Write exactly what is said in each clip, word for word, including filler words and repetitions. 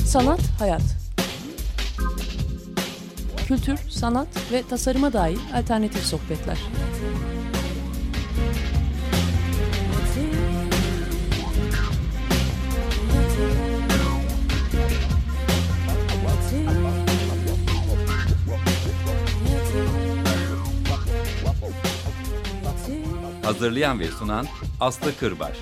Sanat, hayat. Kültür, sanat ve tasarıma dair alternatif sohbetler. Hazırlayan ve sunan Aslı Kırbaş.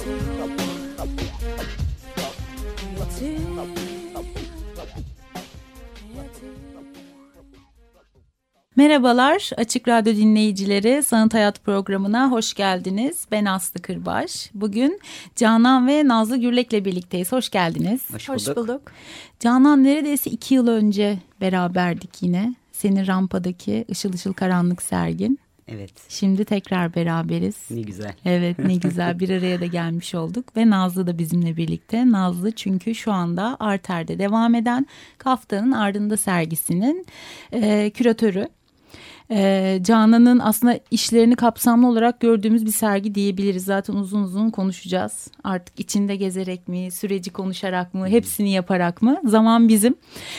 Merhabalar Açık Radyo dinleyicileri, Sanat Hayat programına hoş geldiniz. Ben Aslı Kırbaş. Bugün Canan ve Nazlı Gürlek'le birlikteyiz. Hoş geldiniz. Hoş bulduk. Hoş bulduk. Canan, neredeyse iki yıl önce beraberdik yine. Senin rampadaki ışıl ışıl karanlık sergin. Evet. Şimdi tekrar beraberiz. Ne güzel. Evet, ne güzel, bir araya da gelmiş olduk ve Nazlı da bizimle birlikte. Nazlı çünkü şu anda Arter'de devam eden Kaftanın Ardında sergisinin e, küratörü. Ee, Canan'ın aslında işlerini kapsamlı olarak gördüğümüz bir sergi diyebiliriz. Zaten uzun uzun konuşacağız. Artık içinde gezerek mi, süreci konuşarak mı, hepsini yaparak mı? Zaman bizim.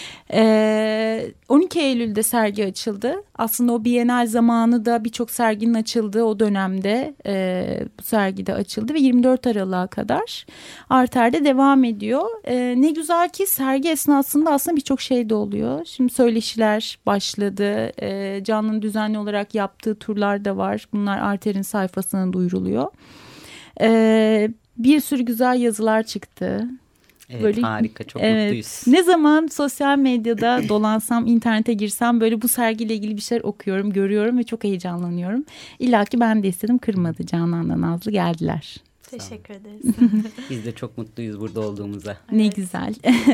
Ee, on iki Eylül'de sergi açıldı. Aslında o Bienal zamanı da birçok serginin açıldığı o dönemde e, bu sergide açıldı ve yirmi dört Aralık'a kadar Arter'de devam ediyor. E, ne güzel ki sergi esnasında aslında birçok şey de oluyor. Şimdi söyleşiler başladı. E, Can'ın düzenli olarak yaptığı turlar da var. Bunlar Arter'in sayfasına duyuruluyor. E, bir sürü güzel yazılar çıktı. Evet, böyle, harika, çok evet, mutluyuz. Ne zaman sosyal medyada dolansam, internete girsem böyle bu sergiyle ilgili bir şeyler okuyorum, görüyorum ve çok heyecanlanıyorum. İlla ki ben de istedim, kırmadı. Canan'la Nazlı geldiler. Teşekkür ederiz. Biz de çok mutluyuz burada olduğumuza. Ne evet. Güzel.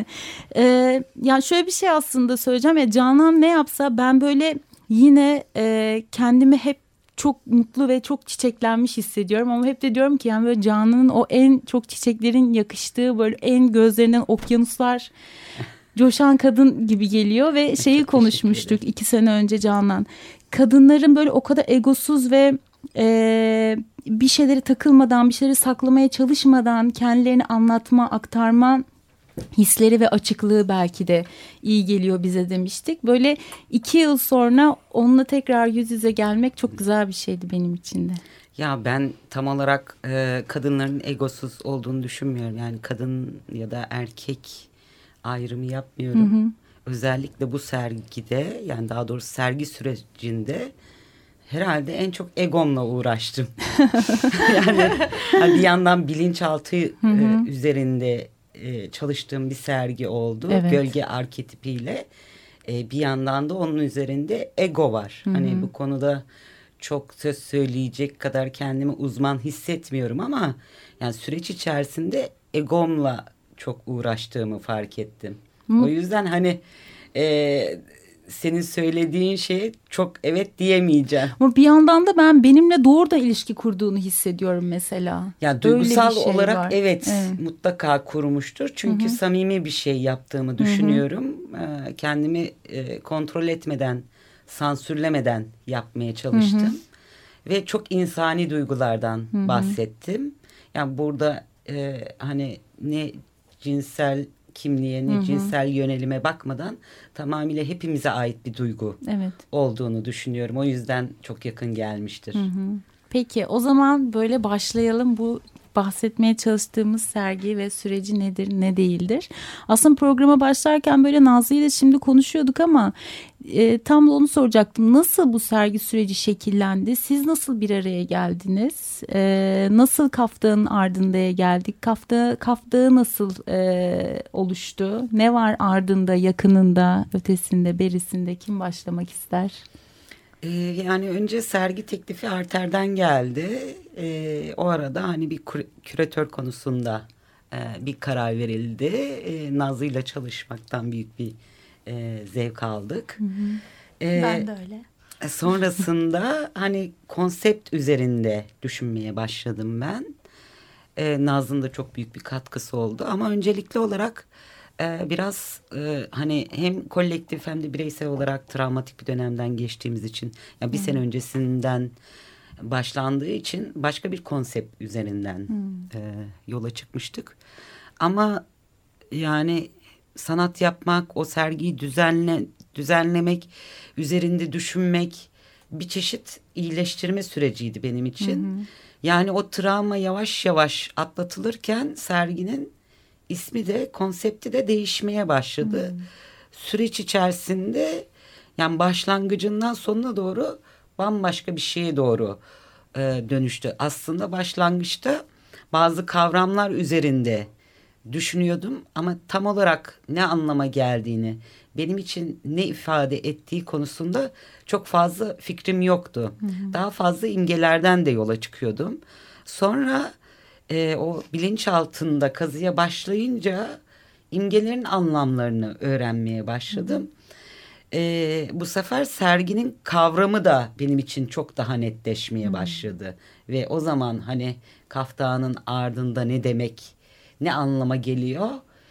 ee, ya şöyle bir şey aslında söyleyeceğim. Ya Canan ne yapsa ben böyle yine e, kendimi hep çok mutlu ve çok çiçeklenmiş hissediyorum. Ama hep de diyorum ki yani böyle Canan'ın o en çok çiçeklerin yakıştığı, böyle en gözlerinden okyanuslar coşan kadın gibi geliyor. Ve şeyi konuşmuştuk iki sene önce Canan. Kadınların böyle o kadar egosuz ve e, bir şeyleri takılmadan, bir şeyleri saklamaya çalışmadan kendilerini anlatma, aktarma hisleri ve açıklığı belki de iyi geliyor bize demiştik. Böyle iki yıl sonra onunla tekrar yüz yüze gelmek çok güzel bir şeydi benim için de. Ya ben tam olarak e, kadınların egosuz olduğunu düşünmüyorum. Yani kadın ya da erkek ayrımı yapmıyorum. Hı hı. Özellikle bu sergide, yani daha doğrusu sergi sürecinde herhalde en çok egomla uğraştım. yani, yani bir yandan bilinçaltı hı hı. E, üzerinde e, çalıştığım bir sergi oldu. Evet. Gölge arketipiyle. E, bir yandan da onun üzerinde ego var. Hı hı. Hani bu konuda çok söz söyleyecek kadar kendimi uzman hissetmiyorum ama yani süreç içerisinde egomla çok uğraştığımı fark ettim. Hı. O yüzden hani e, senin söylediğin şeye çok evet diyemeyeceğim. Ama bir yandan da ben benimle doğrudan ilişki kurduğunu hissediyorum mesela. Ya duygusal şey olarak evet, evet mutlaka kurmuştur. Çünkü Hı-hı. samimi bir şey yaptığımı düşünüyorum. Hı-hı. Kendimi e, kontrol etmeden, sansürlemeden yapmaya çalıştım. Hı-hı. Ve çok insani duygulardan Hı-hı. bahsettim. Yani burada e, hani ne cinsel kimliğe, ne Hı-hı. cinsel yönelime bakmadan tamamıyla hepimize ait bir duygu evet. olduğunu düşünüyorum. O yüzden çok yakın gelmiştir. Hı-hı. Peki o zaman böyle başlayalım. Bu bahsetmeye çalıştığımız sergi ve süreci nedir, ne değildir? Aslında programa başlarken böyle Nazlı ile şimdi konuşuyorduk ama e, tam da onu soracaktım. Nasıl bu sergi süreci şekillendi? Siz nasıl bir araya geldiniz? E, nasıl Kaftanın Ardında'ya geldik? Kafta, Kafta nasıl e, oluştu? Ne var ardında, yakınında, ötesinde, berisinde? Kim başlamak ister? Yani önce sergi teklifi Arter'den geldi. Ee, o arada hani bir küratör konusunda e, bir karar verildi. E, Nazlı ile çalışmaktan büyük bir e, zevk aldık. Hı hı. Ee, ben de öyle. Sonrasında hani konsept üzerinde düşünmeye başladım ben. E, Nazlı'nın da çok büyük bir katkısı oldu. Ama öncelikli olarak Ee, biraz e, hani hem kolektif hem de bireysel olarak travmatik bir dönemden geçtiğimiz için yani bir hmm. sene öncesinden başlandığı için başka bir konsept üzerinden hmm. e, yola çıkmıştık. Ama yani sanat yapmak, o sergiyi düzenle, düzenlemek, üzerinde düşünmek bir çeşit iyileştirme süreciydi benim için. Hı hı. Yani o travma yavaş yavaş atlatılırken serginin ismi de, konsepti de değişmeye başladı. Hı hı. Süreç içerisinde yani başlangıcından sonuna doğru bambaşka bir şeye doğru e, dönüştü. Aslında başlangıçta bazı kavramlar üzerinde düşünüyordum ama tam olarak ne anlama geldiğini, benim için ne ifade ettiği konusunda çok fazla fikrim yoktu. Hı hı. Daha fazla imgelerden de yola çıkıyordum. Sonra e, o bilinçaltında kazıya başlayınca imgelerin anlamlarını öğrenmeye başladım. Hı hı. E, bu sefer serginin kavramı da benim için çok daha netleşmeye başladı. Hı. Ve o zaman hani kaftanın ardında ne demek, ne anlama geliyor?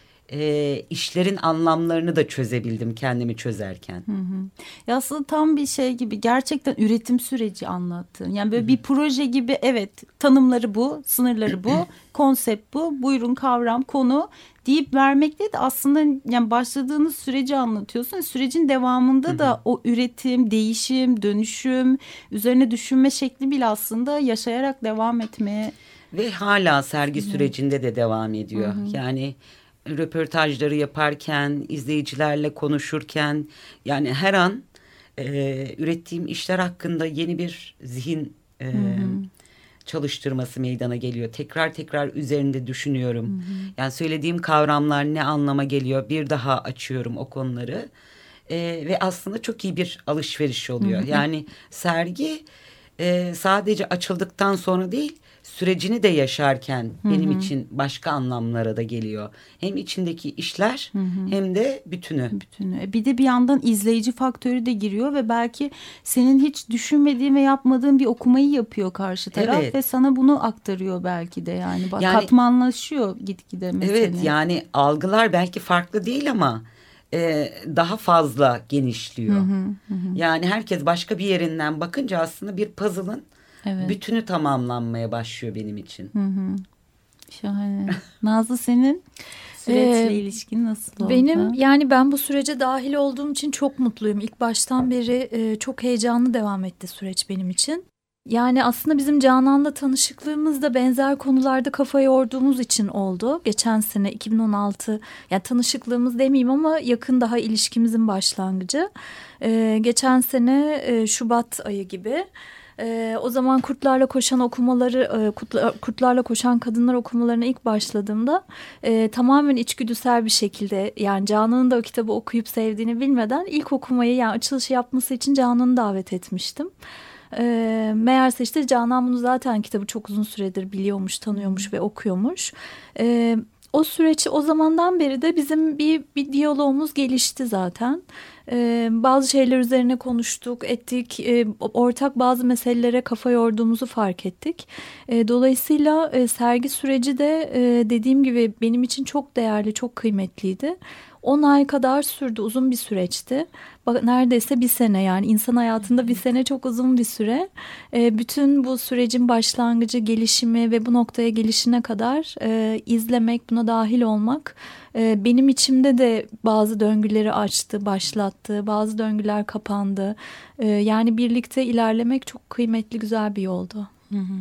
E, işlerin anlamlarını da çözebildim kendimi çözerken. Hı hı. Ya aslında tam bir şey gibi, gerçekten üretim süreci anlattın. Yani böyle hı hı. bir proje gibi, evet, tanımları bu, sınırları bu, konsept bu, buyurun kavram, konu deyip vermek değil de aslında yani başladığınız süreci anlatıyorsun. Sürecin devamında hı hı. da o üretim, değişim, dönüşüm, üzerine düşünme şekli bile aslında yaşayarak devam etmeye. Ve hala sergi hı. sürecinde de devam ediyor. Hı hı. Yani röportajları yaparken, izleyicilerle konuşurken, yani her an e, ürettiğim işler hakkında yeni bir zihin e, hı hı. çalıştırması meydana geliyor. Tekrar tekrar üzerinde düşünüyorum. Hı hı. Yani söylediğim kavramlar ne anlama geliyor, bir daha açıyorum o konuları. E, ve aslında çok iyi bir alışveriş oluyor. Hı hı. Yani sergi e, sadece açıldıktan sonra değil, sürecini de yaşarken hı hı. benim için başka anlamlara da geliyor. Hem içindeki işler hı hı. hem de bütünü. bütünü. Bir de bir yandan izleyici faktörü de giriyor ve belki senin hiç düşünmediğin ve yapmadığın bir okumayı yapıyor karşı taraf evet. ve sana bunu aktarıyor belki de yani. Bak, yani katmanlaşıyor gitgide mesele. Evet, yani algılar belki farklı değil ama e, daha fazla genişliyor. Hı hı, hı. Yani herkes başka bir yerinden bakınca aslında bir puzzle'ın evet. bütünü tamamlanmaya başlıyor benim için. Hı hı. Şahane. Nazlı, senin süreçle ee, ilişkin nasıl oldu? Benim yani ben bu sürece dahil olduğum için çok mutluyum. İlk baştan beri e, çok heyecanlı devam etti süreç benim için. Yani aslında bizim Canan'la tanışıklığımız da benzer konularda kafa yorduğumuz için oldu. Geçen sene iki bin on altı, yani tanışıklığımız demeyeyim ama yakın daha ilişkimizin başlangıcı. Ee, geçen sene e, Şubat ayı gibi. Ee, o zaman Kurtlarla Koşan okumaları, e, kurtlar, Kurtlarla Koşan Kadınlar okumalarına ilk başladığımda e, tamamen içgüdüsel bir şekilde, yani Canan'ın da o kitabı okuyup sevdiğini bilmeden ilk okumayı, yani açılışı yapması için Canan'ı davet etmiştim. E, meğerse işte Canan bunu zaten, kitabı çok uzun süredir biliyormuş, tanıyormuş ve okuyormuş. E, o süreç, o zamandan beri de bizim bir, bir diyalogumuz gelişti zaten. Ee, bazı şeyler üzerine konuştuk, ettik, ee, ortak bazı meselelere kafa yorduğumuzu fark ettik. Ee, dolayısıyla e, sergi süreci de e, dediğim gibi benim için çok değerli, çok kıymetliydi. on ay kadar sürdü, uzun bir süreçti. Bak, neredeyse bir sene, yani insan hayatında bir sene çok uzun bir süre. E, bütün bu sürecin başlangıcı, gelişimi ve bu noktaya gelişine kadar e, izlemek, buna dahil olmak e, benim içimde de bazı döngüleri açtı, başlattı. Bazı döngüler kapandı. E, yani birlikte ilerlemek çok kıymetli, güzel bir yoldu. Hı hı.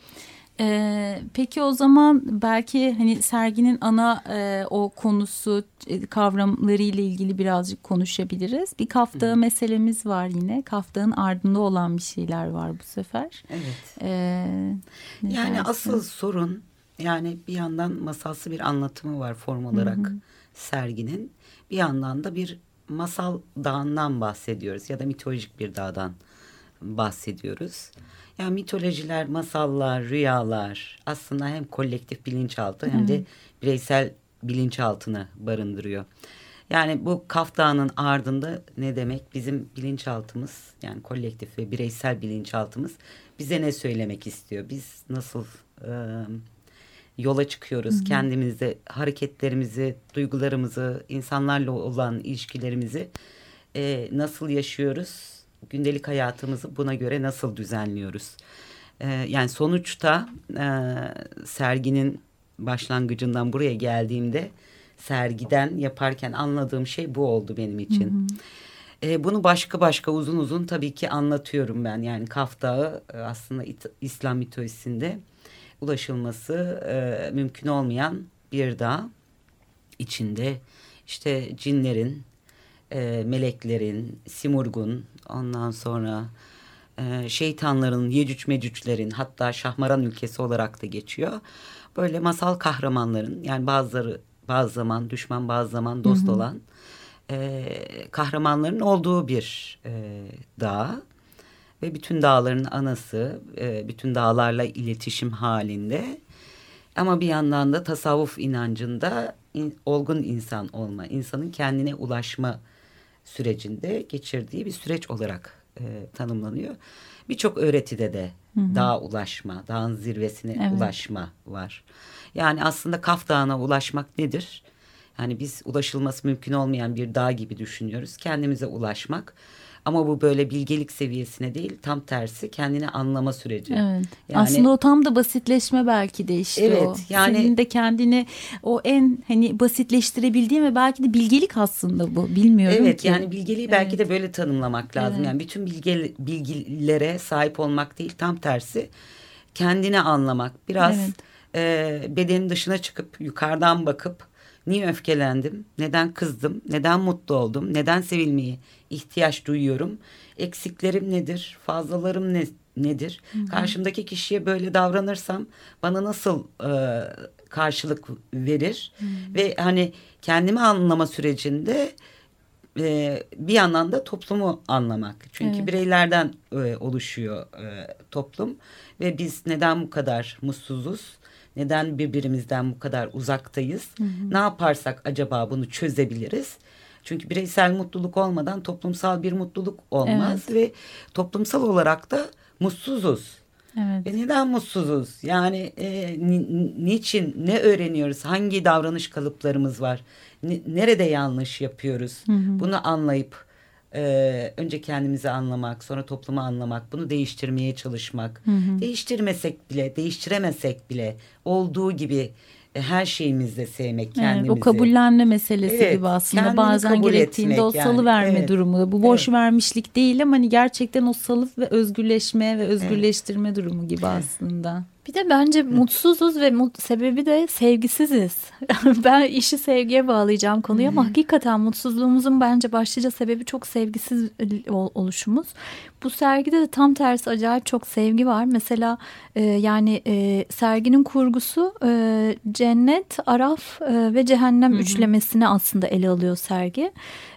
Ee, peki o zaman belki hani serginin ana e, o konusu, e, kavramları ile ilgili birazcık konuşabiliriz. Bir kaftağı meselemiz var yine. Kaftağın ardında olan bir şeyler var bu sefer. Evet. Ee, yani dersin? Asıl sorun, yani bir yandan masalsı bir anlatımı var form olarak hı hı. serginin. Bir yandan da bir masal dağından bahsediyoruz ya da mitolojik bir dağdan bahsediyoruz. Yani mitolojiler, masallar, rüyalar aslında hem kolektif bilinçaltı hem de bireysel bilinçaltını barındırıyor. Yani bu Kaftanın ardında ne demek? Bizim bilinçaltımız, yani kolektif ve bireysel bilinçaltımız bize ne söylemek istiyor? Biz nasıl e, yola çıkıyoruz? Hı hı. Kendimizde hareketlerimizi, duygularımızı, insanlarla olan ilişkilerimizi e, nasıl yaşıyoruz? Gündelik hayatımızı buna göre nasıl düzenliyoruz? Ee, yani sonuçta e, serginin başlangıcından buraya geldiğimde sergiden yaparken anladığım şey bu oldu benim için. Hı hı. E, bunu başka başka uzun uzun tabii ki anlatıyorum ben. Yani Kaf Dağı aslında İslam mitolojisinde ulaşılması e, mümkün olmayan bir dağ. İçinde işte cinlerin, e, meleklerin, simurgun, ondan sonra e, şeytanların, yecüc mecüclerin, hatta Şahmaran ülkesi olarak da geçiyor. Böyle masal kahramanların, yani bazıları bazı zaman düşman, bazı zaman dost hı hı. olan e, kahramanların olduğu bir e, dağ. Ve bütün dağların anası, e, bütün dağlarla iletişim halinde. Ama bir yandan da tasavvuf inancında in, olgun insan olma, insanın kendine ulaşma sürecinde geçirdiği bir süreç olarak e, tanımlanıyor. Birçok öğretide de hı hı. dağa ulaşma, dağın zirvesine evet. ulaşma var. Yani aslında Kaf Dağı'na ulaşmak nedir? Yani biz ulaşılması mümkün olmayan bir dağ gibi düşünüyoruz. Kendimize ulaşmak. Ama bu böyle bilgelik seviyesine değil, tam tersi kendini anlama süreci. Evet. Yani, aslında o tam da basitleşme belki de işte evet, o. Yani, senin de kendini o en hani basitleştirebildiğin ve belki de bilgelik aslında bu. Bilmiyorum evet, ki. Yani bilgeliği evet. belki de böyle tanımlamak lazım. Evet. Yani bütün bilgi, bilgilere sahip olmak değil, tam tersi kendini anlamak. Biraz evet. e, bedenin dışına çıkıp yukarıdan bakıp niye öfkelendim, neden kızdım, neden mutlu oldum, neden sevilmeyi ihtiyaç duyuyorum, eksiklerim nedir, fazlalarım ne, nedir, hı hı. karşımdaki kişiye böyle davranırsam bana nasıl e, karşılık verir hı hı. ve hani kendimi anlama sürecinde e, bir yandan da toplumu anlamak. Çünkü evet. bireylerden e, oluşuyor e, toplum ve biz neden bu kadar mutsuzuz? Neden birbirimizden bu kadar uzaktayız? Hı hı. Ne yaparsak acaba bunu çözebiliriz? Çünkü bireysel mutluluk olmadan toplumsal bir mutluluk olmaz. Evet. Ve toplumsal olarak da mutsuzuz. Evet. Ve neden mutsuzuz? Yani e, ni, niçin, ne öğreniyoruz? Hangi davranış kalıplarımız var? N- nerede yanlış yapıyoruz? Hı hı. Bunu anlayıp Ee, önce kendimizi anlamak, sonra toplumu anlamak, bunu değiştirmeye çalışmak. Hı hı. Değiştirmesek bile, değiştiremesek bile olduğu gibi e, her şeyimizle sevmek kendimizi. Evet, o kabullenme meselesi evet, gibi aslında bazen gerektiğinde etmek, o salı yani. verme evet. durumu. Bu boş evet. vermişlik değil ama hani gerçekten o salıp ve özgürleşme ve özgürleştirme evet. durumu gibi evet. aslında. Bir de bence mutsuzuz ve mut, sebebi de sevgisiziz. Ben işi sevgiye bağlayacağım konuyu ama hakikaten mutsuzluğumuzun bence başlıca sebebi çok sevgisiz oluşumuz. Bu sergide de tam tersi acayip çok sevgi var. Mesela e, yani e, serginin kurgusu e, cennet, araf e, ve cehennem hı hı. üçlemesini aslında ele alıyor sergi.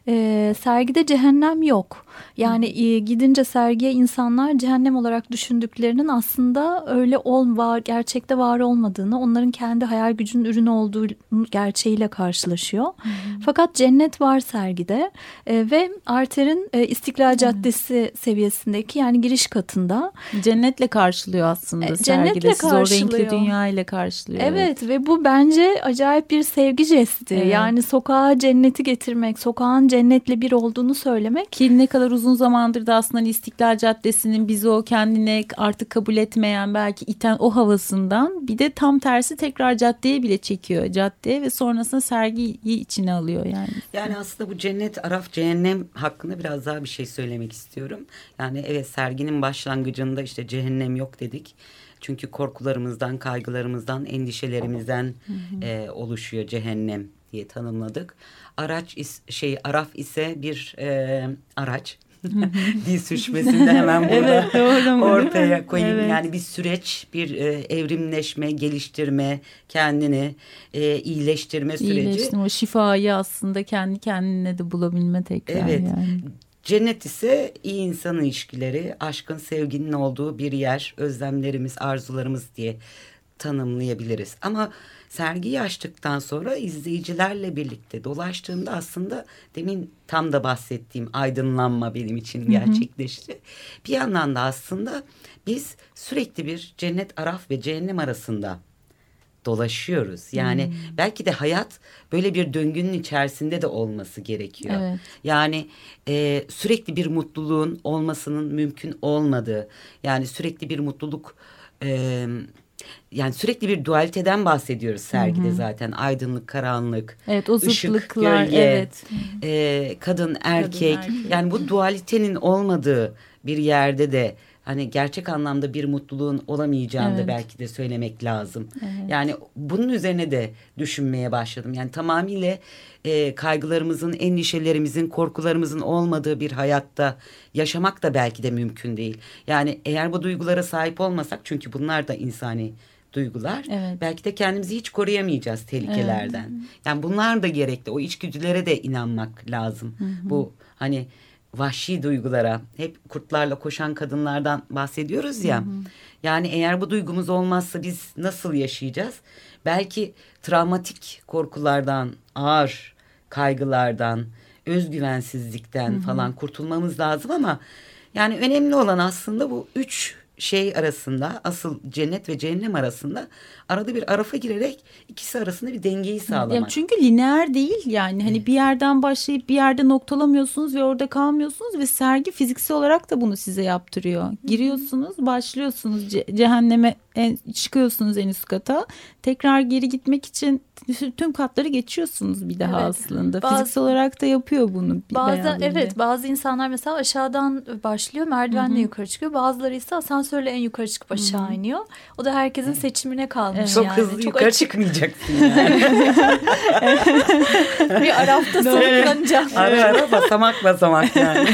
E, sergide cehennem yok. Yani e, gidince sergiye insanlar cehennem olarak düşündüklerinin aslında öyle ol, var, gerçekte var olmadığını, onların kendi hayal gücünün ürünü olduğu gerçeğiyle karşılaşıyor. Hı hı. Fakat cennet var sergide e, ve Arter'in e, İstiklal Caddesi hı. seviyesindeki yani giriş katında. Cennetle karşılıyor aslında e, sergide. Siz o renkli dünya ile karşılıyor. Evet, evet ve bu bence acayip bir sevgi jesti. Evet. Yani sokağa cenneti getirmek, sokağın cennetle bir olduğunu söylemek. Ki ne kadar uzun zamandır da aslında İstiklal Caddesi'nin bizi o kendine artık kabul etmeyen belki iten o havasından bir de tam tersi tekrar caddeye bile çekiyor. Caddeye ve sonrasında sergiyi içine alıyor yani. Yani aslında bu cennet, araf, cehennem hakkında biraz daha bir şey söylemek istiyorum. Yani evet serginin başlangıcında işte cehennem yok dedik. Çünkü korkularımızdan, kaygılarımızdan, endişelerimizden hı hı. E, oluşuyor cehennem diye tanımladık. Araç is, şey araf ise bir e, araç. Dil sürçmesinde hemen burada evet, doğru, ortaya koyayım. Evet. Yani bir süreç, bir e, evrimleşme, geliştirme, kendini e, iyileştirme süreci. İyileştirme, o şifayı aslında kendi kendine de bulabilme tekrar evet. yani. Cennet ise iyi insan ilişkileri, aşkın, sevginin olduğu bir yer, özlemlerimiz, arzularımız diye tanımlayabiliriz. Ama sergiyi açtıktan sonra izleyicilerle birlikte dolaştığımda aslında demin tam da bahsettiğim aydınlanma benim için gerçekleşti. Hı hı. Bir yandan da aslında biz sürekli bir cennet, araf ve cehennem arasında dolaşıyoruz. Yani hmm. belki de hayat böyle bir döngünün içerisinde de olması gerekiyor. Evet. Yani e, sürekli bir mutluluğun olmasının mümkün olmadığı, yani sürekli bir mutluluk e, yani sürekli bir dualiteden bahsediyoruz sergide Hı-hı. zaten. Aydınlık, karanlık, evet, o ışık, zıtlıklar, gölge, evet. e, kadın, erkek. Kadın, erkek. Yani bu dualitenin olmadığı bir yerde de hani gerçek anlamda bir mutluluğun olamayacağını evet. da belki de söylemek lazım. Evet. Yani bunun üzerine de düşünmeye başladım. Yani tamamıyla e, kaygılarımızın, endişelerimizin, korkularımızın olmadığı bir hayatta yaşamak da belki de mümkün değil. Yani eğer bu duygulara sahip olmasak, çünkü bunlar da insani duygular, evet. belki de kendimizi hiç koruyamayacağız tehlikelerden. Evet. Yani bunlar da gerekli. O içgüdülere de inanmak lazım. Hı hı. Bu hani vahşi duygulara, hep kurtlarla koşan kadınlardan bahsediyoruz ya. Hı hı. Yani eğer bu duygumuz olmazsa biz nasıl yaşayacağız? Belki travmatik korkulardan, ağır kaygılardan, özgüvensizlikten hı hı. falan kurtulmamız lazım ama yani önemli olan aslında bu üç şey arasında, asıl cennet ve cehennem arasında arada bir arafa girerek ikisi arasında bir dengeyi sağlamak. Ya çünkü lineer değil yani. Hani evet. bir yerden başlayıp bir yerde noktalamıyorsunuz ve orada kalmıyorsunuz ve sergi fiziksel olarak da bunu size yaptırıyor. Giriyorsunuz, başlıyorsunuz ce- cehenneme en, çıkıyorsunuz en üst kata. Tekrar geri gitmek için tüm katları geçiyorsunuz bir daha evet. aslında. Bazı, fiziksel olarak da yapıyor bunu. Bazen evet, bazı insanlar mesela aşağıdan başlıyor, merdivenle Hı-hı. yukarı çıkıyor. Bazıları ise asansörle en yukarı çıkıp aşağı Hı-hı. iniyor. O da herkesin evet. seçimine kalmış evet. Çok yani. hızlı Çok yukarı açık. Çıkmayacaksın yani. Bir arafta soluklanacağım. Ara ara basamak basamak yani.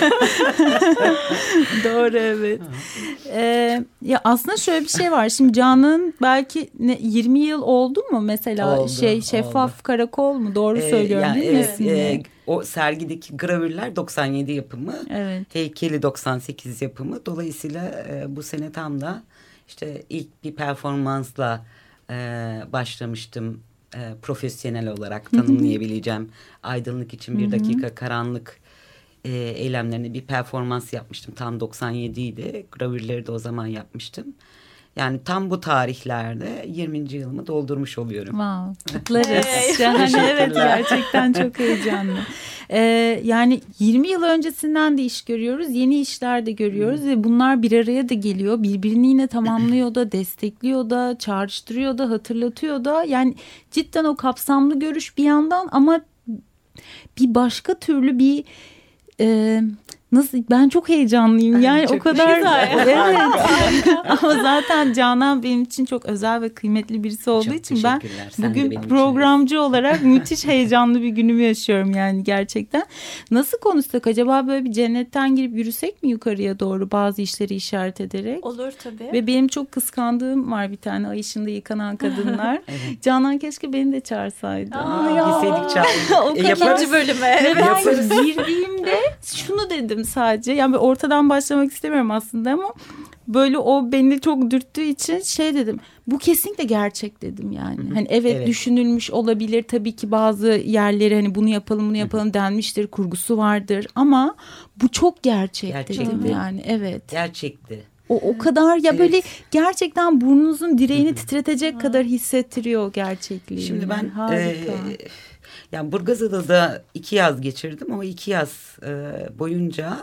Doğru evet. Ee, ya aslında şöyle bir şey var. Şimdi Can'ın belki ne, yirmi yıl oldu mu mesela oldu, şey şeffaf oldu. Karakol mu? Doğru ee, söylüyorum yani, değil mi? Evet. E, o sergideki gravürler doksan yedi yapımı. Evet. Heykeli doksan sekiz yapımı. Dolayısıyla e, bu sene tam da işte ilk bir performansla e, başlamıştım. E, profesyonel olarak tanımlayabileceğim. Aydınlık için bir dakika, karanlık e, eylemlerine bir performans yapmıştım. Tam doksan yedi idi. Gravürleri de o zaman yapmıştım. Yani tam bu tarihlerde yirminci yılımı doldurmuş oluyorum. Wow, kutlarız. Yani evet, gerçekten çok heyecanlı. Ee, yani yirmi yıl öncesinden de iş görüyoruz, yeni işler de görüyoruz ve bunlar bir araya da geliyor. Birbirini yine tamamlıyor da, destekliyor da, çağrıştırıyor da, hatırlatıyor da. Yani cidden o kapsamlı görüş bir yandan ama bir başka türlü bir... E, Nasıl? Ben çok heyecanlıyım. Ben yani o kadar evet. Ama zaten Canan benim için çok özel ve kıymetli birisi olduğu çok için ben bugün programcı için olarak müthiş heyecanlı bir günümü yaşıyorum yani gerçekten. Nasıl konuşsak acaba, böyle bir cennetten girip yürüsek mi yukarıya doğru bazı işleri işaret ederek? Olur tabii. Ve benim çok kıskandığım var bir tane, Ay Işığında Yıkanan Kadınlar. Evet. Canan keşke beni de çağırsaydı. Aa, gitseydik çağırdık. O kaçıncı bölüme? Ve ben girdiğimde şunu dedim sadece. Yani ortadan başlamak istemiyorum aslında ama böyle o beni çok dürttüğü için şey dedim. Bu kesinlikle gerçek dedim yani. Hı hı. Hani evet, evet düşünülmüş olabilir tabii ki, bazı yerleri hani bunu yapalım bunu yapalım hı hı. denmiştir, kurgusu vardır ama bu çok gerçek Gerçekti. dedim yani. Evet. Gerçekti. O o kadar ya evet. böyle gerçekten burnunuzun direğini hı hı. titretecek hı. kadar hissettiriyor o gerçekliği. Şimdi ben harika. E, yani Burgazada'da iki yaz geçirdim. O iki yaz e, boyunca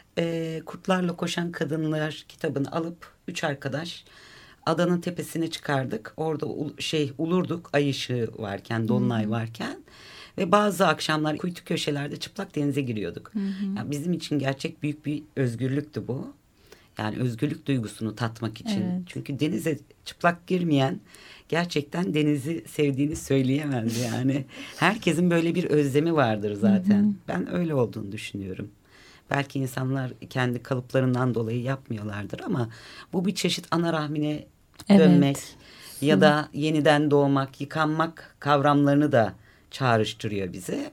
e, Kurtlarla Koşan Kadınlar kitabını alıp üç arkadaş adanın tepesine çıkardık. Orada şey ulurduk, ay ışığı varken, dolunay hmm. varken ve bazı akşamlar kuytu köşelerde çıplak denize giriyorduk. Hmm. Yani bizim için gerçek büyük bir özgürlüktü bu. Yani özgürlük duygusunu tatmak için. Evet. Çünkü denize çıplak girmeyen gerçekten denizi sevdiğini söyleyemez yani. Herkesin böyle bir özlemi vardır zaten. Hı hı. Ben öyle olduğunu düşünüyorum. Belki insanlar kendi kalıplarından dolayı yapmıyorlardır ama bu bir çeşit ana rahmine dönmek evet. ya da yeniden doğmak, yıkanmak kavramlarını da çağrıştırıyor bize.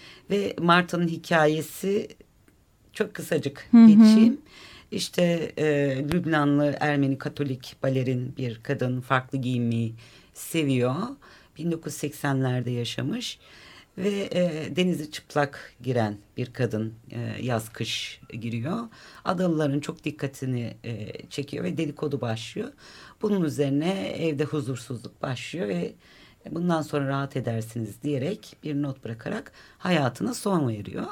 Ve Marta'nın hikayesi çok kısacık hı hı. geçeyim. İşte e, Lübnanlı Ermeni Katolik balerin bir kadın, farklı giyinmeyi seviyor. bin dokuz yüz seksenlerde yaşamış ve e, denize çıplak giren bir kadın, e, yaz kış giriyor. Adalıların çok dikkatini e, çekiyor ve dedikodu başlıyor. Bunun üzerine evde huzursuzluk başlıyor ve bundan sonra rahat edersiniz diyerek bir not bırakarak hayatına son veriyor.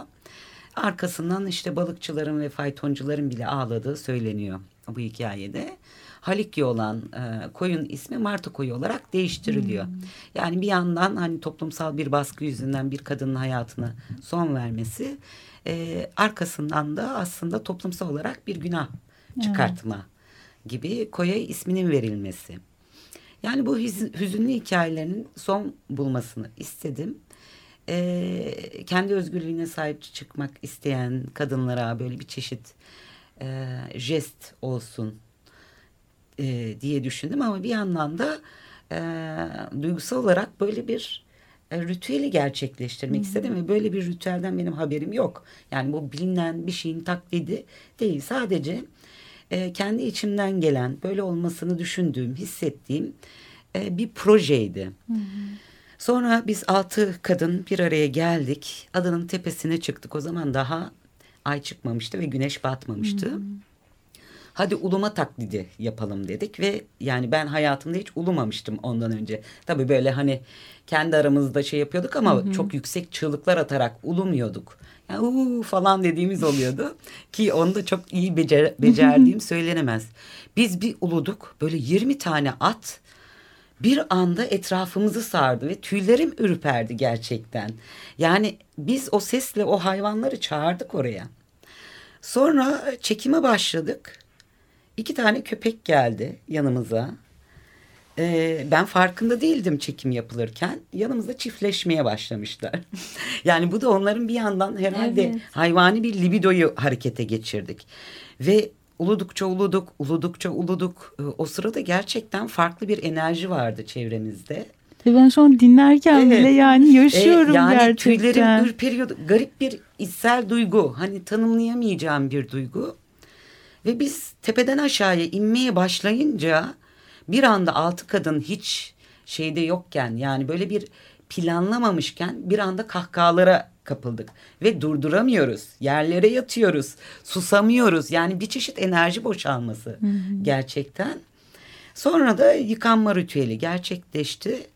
Arkasından işte balıkçıların ve faytoncuların bile ağladığı söyleniyor bu hikayede. Halikya olan e, koyun ismi Marta koyu olarak değiştiriliyor. Hmm. Yani bir yandan hani toplumsal bir baskı yüzünden bir kadının hayatına son vermesi, e, arkasından da aslında toplumsal olarak bir günah çıkartma evet. gibi koya isminin verilmesi. Yani bu hüzünlü hikayelerin son bulmasını istedim. Ee, kendi özgürlüğüne sahip çıkmak isteyen kadınlara böyle bir çeşit e, jest olsun e, diye düşündüm. Ama bir yandan da e, duygusal olarak böyle bir e, ritüeli gerçekleştirmek hmm. istedim. Ve böyle bir ritüelden benim haberim yok. Yani bu bilinen bir şeyin taklidi değil. Sadece e, kendi içimden gelen, böyle olmasını düşündüğüm, hissettiğim e, bir projeydi. Hmm. Sonra biz altı kadın bir araya geldik. Adanın tepesine çıktık. O zaman daha ay çıkmamıştı ve güneş batmamıştı. Hmm. Hadi uluma taklidi yapalım dedik ve yani ben hayatımda hiç ulumamıştım ondan önce. Tabii böyle hani kendi aramızda şey yapıyorduk ama hmm. çok yüksek çığlıklar atarak ulumuyorduk. Yani uuu falan dediğimiz oluyordu ki onu da çok iyi becer becerdiğim söylenemez. Biz bir uluduk, böyle yirmi tane at bir anda etrafımızı sardı ve tüylerim ürperdi gerçekten. Yani biz o sesle o hayvanları çağırdık oraya. Sonra çekime başladık. İki tane köpek geldi yanımıza. Ee, ben farkında değildim çekim yapılırken. Yanımızda çiftleşmeye başlamışlar. Yani bu da onların bir yandan herhalde evet. hayvani bir libidoyu harekete geçirdik. Ve uludukça uluduk, uludukça uluduk. O sırada gerçekten farklı bir enerji vardı çevremizde. Ve ben şu an dinlerken evet. bile yani yaşıyorum e, yani gerçekten. Yani tüylerim ürperiyordu. Garip bir içsel duygu. Hani tanımlayamayacağım bir duygu. Ve biz tepeden aşağıya inmeye başlayınca bir anda altı kadın hiç şeyde yokken, yani böyle bir planlamamışken bir anda kahkahalara kapıldık. Ve durduramıyoruz. Yerlere yatıyoruz. Susamıyoruz. Yani bir çeşit enerji boşalması hı hı. gerçekten. Sonra da yıkanma ritüeli gerçekleşti.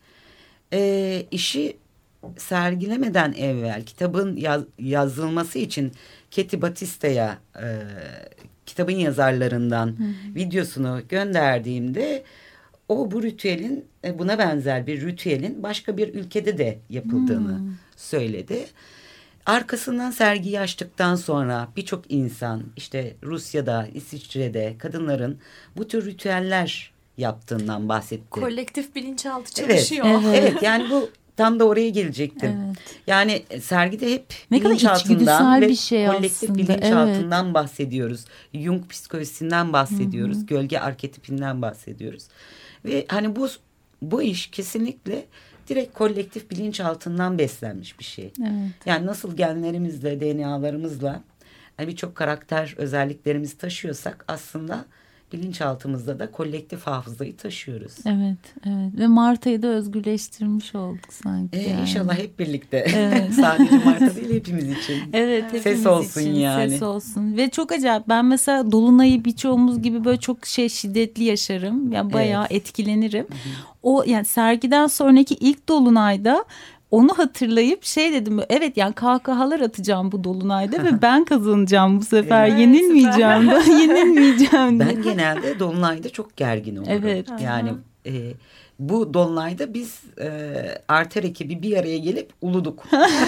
E, işi sergilemeden evvel kitabın yaz, yazılması için Katy Batista'ya e, kitabın yazarlarından hı hı. videosunu gönderdiğimde o bu ritüelin, buna benzer bir ritüelin başka bir ülkede de yapıldığını hı. söyledi. Arkasından sergiyi açtıktan sonra birçok insan işte Rusya'da, İsviçre'de kadınların bu tür ritüeller yaptığından bahsetti. Kolektif bilinçaltı çalışıyor. Evet, evet. evet yani bu tam da oraya gelecektim. Evet. Yani sergide hep ne bilinçaltından ve bir şey kolektif aslında. bilinçaltından evet. bahsediyoruz. Jung psikolojisinden bahsediyoruz. Hı hı. Gölge arketipinden bahsediyoruz. Ve hani bu bu iş kesinlikle direkt kolektif bilinçaltından beslenmiş bir şey. Evet. Yani nasıl genlerimizle, D N A'larımızla yani birçok karakter özelliklerimizi taşıyorsak aslında bilinçaltımızda da kolektif hafızayı taşıyoruz. Evet, evet. Ve Marta'yı da özgürleştirmiş olduk sanki. Ee, yani. İnşallah hep birlikte. Evet. Sadece Marta değil, hepimiz için. Evet, hepimiz ses olsun için yani. Ses olsun. Ve çok acayip. Ben mesela Dolunay'ı birçoğumuz gibi böyle çok şey şiddetli yaşarım. Yani bayağı evet. etkilenirim. Hı hı. O yani sergiden sonraki ilk Dolunay'da onu hatırlayıp şey dedim, evet yani kahkahalar atacağım bu Dolunay'da ve ben kazanacağım bu sefer. Evet, yenilmeyeceğim. yenilmeyeceğim. Ben genelde Dolunay'da çok gergin olurum. Evet. Yani e, bu Dolunay'da biz e, Arter ekibi bir araya gelip uluduk.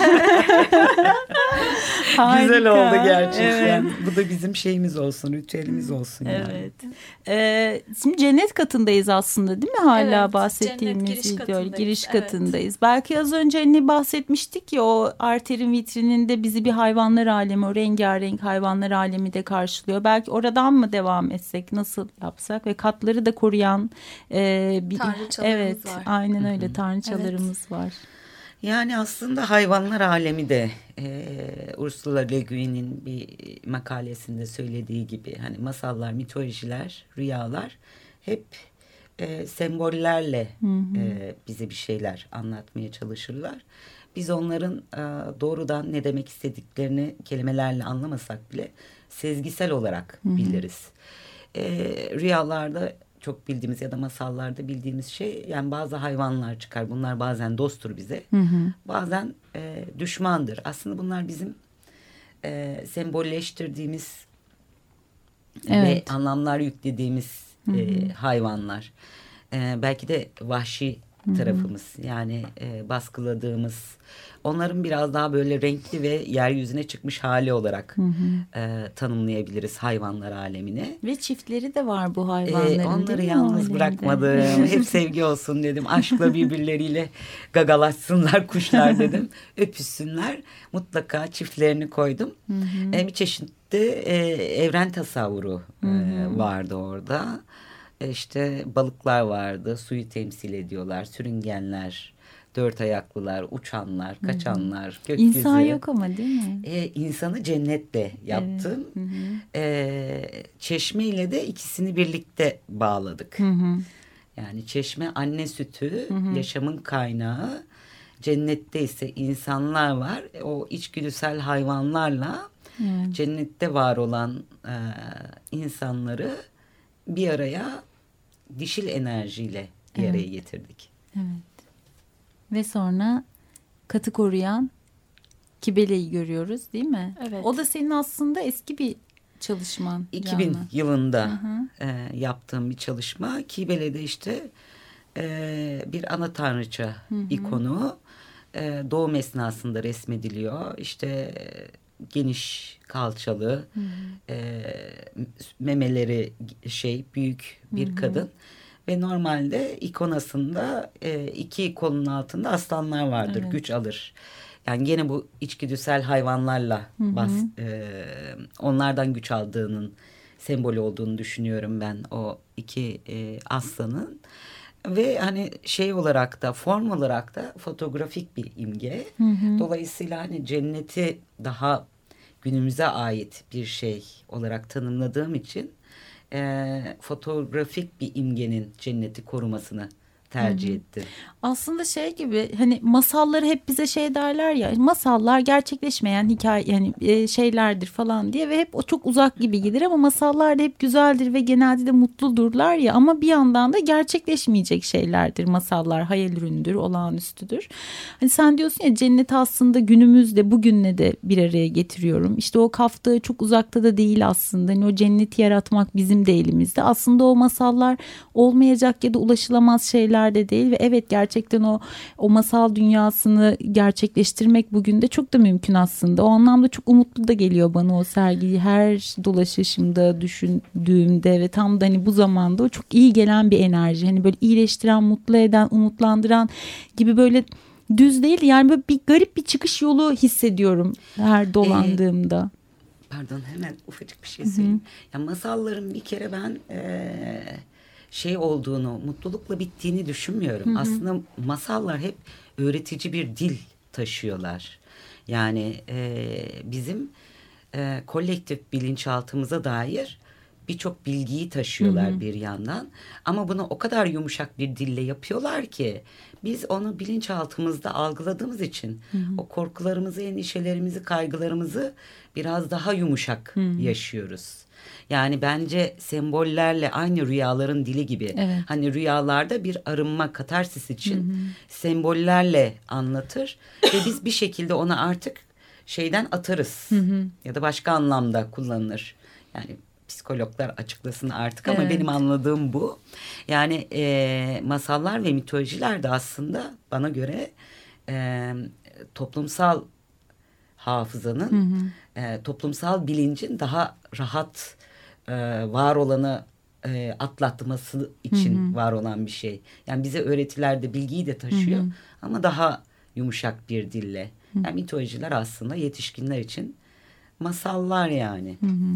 Güzel oldu gerçekten. Evet. Bu da bizim şeyimiz olsun, ritüelimiz olsun. Yani. Evet. Ee, şimdi cennet katındayız aslında değil mi? Hala evet, bahsettiğimiz giriş video katındayız. giriş evet. katındayız. Belki az önce hani bahsetmiştik ya, o Arter'in vitrininde bizi bir hayvanlar alemi, o rengarenk hayvanlar alemi de karşılıyor. Belki oradan mı devam etsek, nasıl yapsak ve katları da koruyan e, bir tanrıçalarımız evet, var. Aynen öyle, tanrıçalarımız evet. var. Yani aslında hayvanlar alemi de e, Ursula Le Guin'in bir makalesinde söylediği gibi hani masallar, mitolojiler, rüyalar hep e, sembollerle hı hı. E, bize bir şeyler anlatmaya çalışırlar. Biz onların e, doğrudan ne demek istediklerini kelimelerle anlamasak bile sezgisel olarak hı hı. biliriz. E, rüyalarda çok bildiğimiz ya da masallarda bildiğimiz şey, yani bazı hayvanlar çıkar. Bunlar bazen dosttur bize. Hı hı. Bazen e, düşmandır. Aslında bunlar bizim e, sembolleştirdiğimiz evet. ve anlamlar yüklediğimiz e, hayvanlar. E, belki de vahşi tarafımız, yani e, baskıladığımız, onların biraz daha böyle renkli ve yeryüzüne çıkmış hali olarak hı hı. E, tanımlayabiliriz hayvanlar alemini. Ve çiftleri de var bu hayvanların. E, onları yalnız bırakmadım. Hep sevgi olsun dedim. Aşkla birbirleriyle gagalaşsınlar kuşlar dedim. Öpüşsünler. Mutlaka çiftlerini koydum. Hı hı. E, bir çeşitli e, evren tasavvuru hı hı. E, vardı orada. İşte balıklar vardı, suyu temsil ediyorlar, sürüngenler, dört ayaklılar, uçanlar, kaçanlar, gökyüzü. İnsan yok ama değil mi? Ee, insanı cennetle yaptım. Evet. Hı hı. Ee, çeşme ile de ikisini birlikte bağladık. Hı hı. Yani çeşme anne sütü, hı hı. yaşamın kaynağı. Cennette ise insanlar var. O içgüdüsel hayvanlarla evet. cennette var olan e, insanları bir araya dişil enerjiyle bir evet. araya getirdik. Evet. Ve sonra katı koruyan Kibele'yi görüyoruz değil mi? Evet. O da senin aslında eski bir çalışman. iki bin Canlı. Yılında e, yaptığım bir çalışma. Kibele'de işte e, bir ana tanrıça hı hı. ikonu e, doğum esnasında resmediliyor. İşte e, geniş kalçalı, hı hı. E, memeleri şey büyük bir hı hı. kadın ve normalde ikonasında e, iki kolun altında aslanlar vardır, evet. güç alır. Yani gene bu içgüdüsel hayvanlarla hı hı. Bas, e, onlardan güç aldığının sembolü olduğunu düşünüyorum ben o iki e, aslanın. Ve hani şey olarak da form olarak da fotoğrafik bir imge. Hı hı. Dolayısıyla hani cenneti daha günümüze ait bir şey olarak tanımladığım için e, fotoğrafik bir imgenin cenneti korumasını tercih hı hı. ettim. Aslında şey gibi hani masalları hep bize şey derler ya, masallar gerçekleşmeyen hikaye yani e, şeylerdir falan diye ve hep o çok uzak gibi gelir ama masallar da hep güzeldir ve genelde de mutludurlar ya, ama bir yandan da gerçekleşmeyecek şeylerdir masallar, hayal ürünüdür, olağanüstüdür. Hani sen diyorsun ya cenneti aslında günümüzde bugünle de bir araya getiriyorum. İşte o Kafta çok uzakta da değil aslında. Hani o cenneti yaratmak bizim de elimizde. Aslında o masallar olmayacak ya da ulaşılamaz şeyler de değil ve evet gerçekten Gerçekten o o masal dünyasını gerçekleştirmek bugün de çok da mümkün aslında. O anlamda çok umutlu da geliyor bana o sergiyi her dolaşışımda düşündüğümde ve tam da hani bu zamanda o çok iyi gelen bir enerji. Hani böyle iyileştiren, mutlu eden, umutlandıran gibi böyle düz değil yani böyle bir garip bir çıkış yolu hissediyorum her dolandığımda. Ee, pardon hemen ufacık bir şey söyleyeyim. Ya masalların bir kere ben ee... şey olduğunu, mutlulukla bittiğini düşünmüyorum. Hı hı. Aslında masallar hep öğretici bir dil taşıyorlar. Yani e, bizim e, kolektif bilinçaltımıza dair birçok bilgiyi taşıyorlar hı hı. bir yandan. Ama bunu o kadar yumuşak bir dille yapıyorlar ki biz onu bilinçaltımızda algıladığımız için hı hı. o korkularımızı, endişelerimizi, kaygılarımızı biraz daha yumuşak hı hı. yaşıyoruz. Yani bence sembollerle aynı rüyaların dili gibi. Evet. Hani rüyalarda bir arınma, katarsis için hı hı. sembollerle anlatır ve biz bir şekilde onu artık şeyden atarız. Hı hı. Ya da başka anlamda kullanılır. Yani psikologlar açıklasın artık ama evet. benim anladığım bu. Yani e, masallar ve mitolojiler de aslında bana göre e, toplumsal hafızanın, hı hı. E, toplumsal bilincin daha rahat e, var olanı e, atlatması için hı hı. var olan bir şey. Yani bize öğretilerde bilgiyi de taşıyor hı hı. ama daha yumuşak bir dille. Hı. Yani mitolojiler aslında yetişkinler için masallar yani. Hı hı.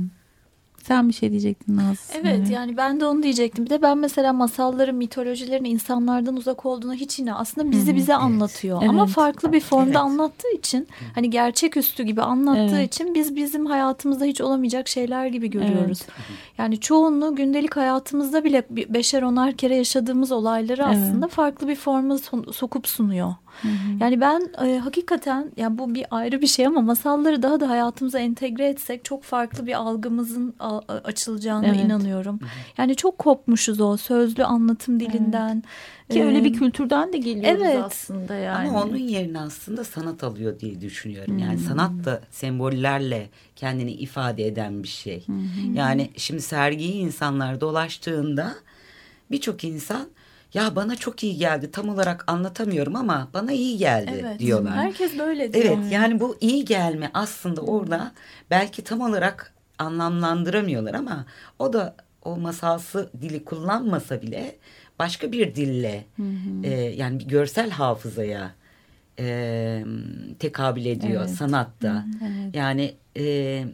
Sen bir şey diyecektin Naz. Evet yani ben de onu diyecektim. Bir de ben mesela masalların, mitolojilerin insanlardan uzak olduğunu hiç yine aslında bizi Hı-hı. bize evet. anlatıyor. Evet. Ama farklı bir formda evet. anlattığı için hani gerçeküstü gibi anlattığı evet. için biz bizim hayatımızda hiç olamayacak şeyler gibi görüyoruz. Evet. Yani çoğunluğu gündelik hayatımızda bile beşer onar kere yaşadığımız olayları evet. aslında farklı bir forma sokup sunuyor. Hı hı. Yani ben e, hakikaten yani bu bir ayrı bir şey ama masalları daha da hayatımıza entegre etsek çok farklı bir algımızın a, açılacağına evet. inanıyorum. Hı hı. Yani çok kopmuşuz o sözlü anlatım dilinden. Evet. Ki ee, öyle bir kültürden de geliyoruz evet. aslında yani. Ama onun yerine aslında sanat alıyor diye düşünüyorum. Yani hmm. sanat da sembollerle kendini ifade eden bir şey. Hmm. Yani şimdi sergiyi insanlar dolaştığında birçok insan ya bana çok iyi geldi, tam olarak anlatamıyorum ama bana iyi geldi evet. diyorlar. Herkes böyle diyor. Evet, yani bu iyi gelme aslında orada belki tam olarak anlamlandıramıyorlar ama o da o masalsı dili kullanmasa bile başka bir dille hı hı. E, yani bir görsel hafızaya e, tekabül ediyor evet. sanatta. Hı, evet. Yani e,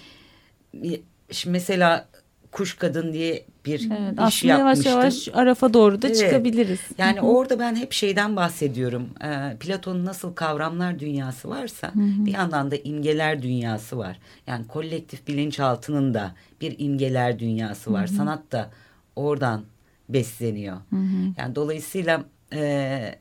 şimdi mesela Kuş Kadın diye bir evet, iş aslında yapmıştım. Yavaş yavaş Araf'a doğru da evet. çıkabiliriz. Yani hı hı. orada ben hep şeyden bahsediyorum. E, Platon'un nasıl kavramlar dünyası varsa hı hı. bir yandan da imgeler dünyası var. Yani kolektif bilinçaltının da bir imgeler dünyası var. Hı hı. Sanat da oradan besleniyor. Hı hı. Yani dolayısıyla e,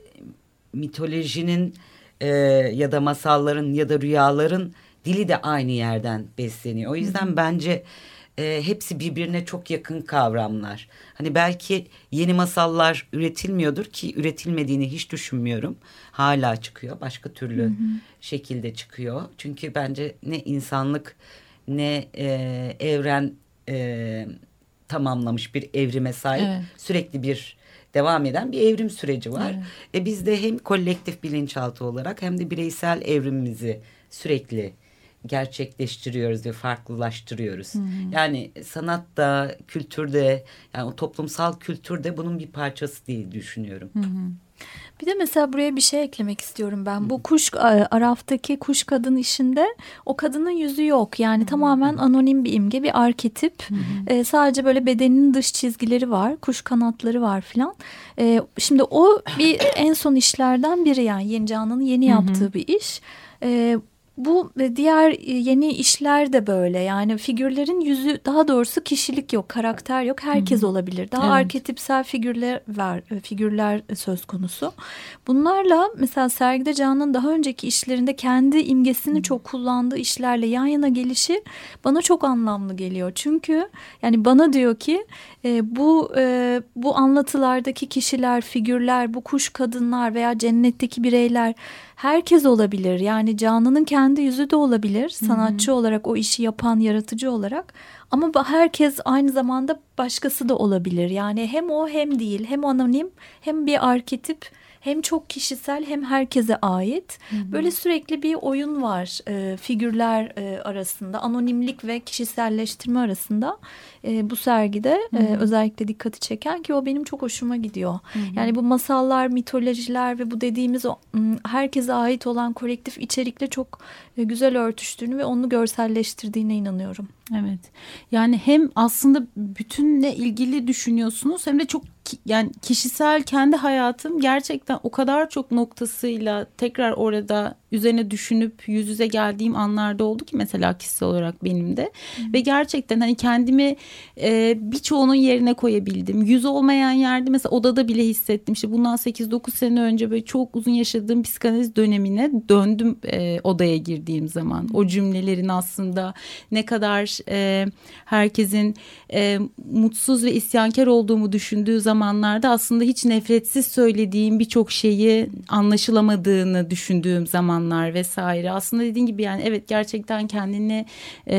mitolojinin e, ya da masalların ya da rüyaların dili de aynı yerden besleniyor. O yüzden hı hı. bence e, hepsi birbirine çok yakın kavramlar. Hani belki yeni masallar üretilmiyordur ki üretilmediğini hiç düşünmüyorum. Hala çıkıyor. Başka türlü hı hı. şekilde çıkıyor. Çünkü bence ne insanlık ne e, evren e, tamamlamış bir evrime sahip evet. sürekli bir devam eden bir evrim süreci var. Evet. E biz de hem kolektif bilinçaltı olarak hem de bireysel evrimimizi sürekli gerçekleştiriyoruz ve farklılaştırıyoruz. Hı hı. Yani sanatta, kültürde, yani o toplumsal kültürde bunun bir parçası diye düşünüyorum. Hı hı. Bir de mesela buraya bir şey eklemek istiyorum ben. Bu kuş Araf'taki kuş kadın işinde o kadının yüzü yok. Yani tamamen anonim bir imge, bir arketip. Ee, sadece böyle bedeninin dış çizgileri var. Kuş kanatları var filan. Ee, şimdi o bir en son işlerden biri yani Yeni Canan'ın yeni yaptığı bir iş. Ee, Bu diğer yeni işler de böyle yani figürlerin yüzü daha doğrusu kişilik yok, karakter yok, herkes Hı-hı. olabilir. Daha evet. arketipsel figürler var, figürler söz konusu. Bunlarla mesela sergide Canan'ın daha önceki işlerinde kendi imgesini Hı-hı. çok kullandığı işlerle yan yana gelişi bana çok anlamlı geliyor. Çünkü yani bana diyor ki e, bu e, bu anlatılardaki kişiler, figürler, bu kuş kadınlar veya cennetteki bireyler herkes olabilir. Yani Canan'ın kendi yüzü de olabilir. Sanatçı Hı-hı. olarak o işi yapan yaratıcı olarak. Ama herkes aynı zamanda başkası da olabilir. Yani hem o hem değil. Hem anonim hem bir arketip hem çok kişisel hem herkese ait. Hı-hı. Böyle sürekli bir oyun var e, figürler e, arasında. Anonimlik ve kişiselleştirme arasında. E, bu sergide e, özellikle dikkati çeken ki o benim çok hoşuma gidiyor. Hı-hı. Yani bu masallar, mitolojiler ve bu dediğimiz o, herkese ait olan kolektif içerikle çok e, güzel örtüştüğünü ve onu görselleştirdiğine inanıyorum. Evet. Yani hem aslında bütünle ilgili düşünüyorsunuz hem de çok ki, yani kişisel kendi hayatım gerçekten o kadar çok noktasıyla tekrar orada üzerine düşünüp yüz yüze geldiğim anlarda oldu ki mesela kişisel olarak benim de. Hı. Ve gerçekten hani kendimi e, birçoğunun yerine koyabildim. Yüz olmayan yerde mesela odada bile hissettim. İşte bundan sekiz dokuz sene önce böyle çok uzun yaşadığım psikanaliz dönemine döndüm e, odaya girdiğim zaman. Hı. O cümlelerin aslında ne kadar e, herkesin e, mutsuz ve isyankar olduğumu düşündüğü zamanlarda aslında hiç nefretsiz söylediğim birçok şeyi anlaşılamadığını düşündüğüm zaman vesaire. Aslında dediğin gibi yani evet gerçekten kendini e,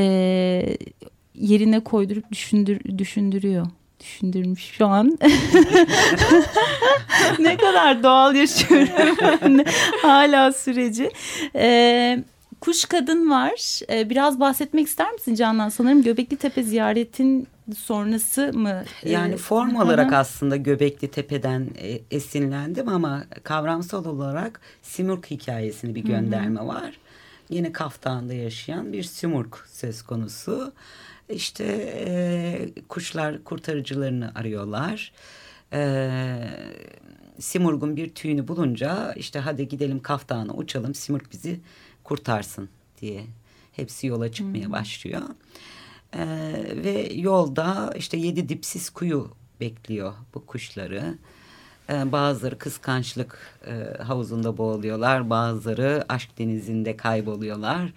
yerine koydurup düşündür, düşündürüyor. Düşündürmüş şu an. Ne kadar doğal yaşıyorum. Hala süreci. E, Kuş Kadın var. E, biraz bahsetmek ister misin Canan? Sanırım Göbekli Tepe ziyaretin sonrası mı? Yani form olarak aslında Göbekli Tepe'den esinlendim ama kavramsal olarak Simurg hikayesini bir gönderme Hı-hı. var. Yine Kaftan'da yaşayan bir Simurg söz konusu. İşte e, kuşlar kurtarıcılarını arıyorlar. E, Simurg'un bir tüyünü bulunca işte hadi gidelim Kaftan'a uçalım, Simurg bizi kurtarsın diye hepsi yola çıkmaya Hı-hı. başlıyor. Ee, ve yolda işte yedi dipsiz kuyu bekliyor bu kuşları. E, bazıları kıskançlık e, havuzunda boğuluyorlar. Bazıları aşk denizinde kayboluyorlar.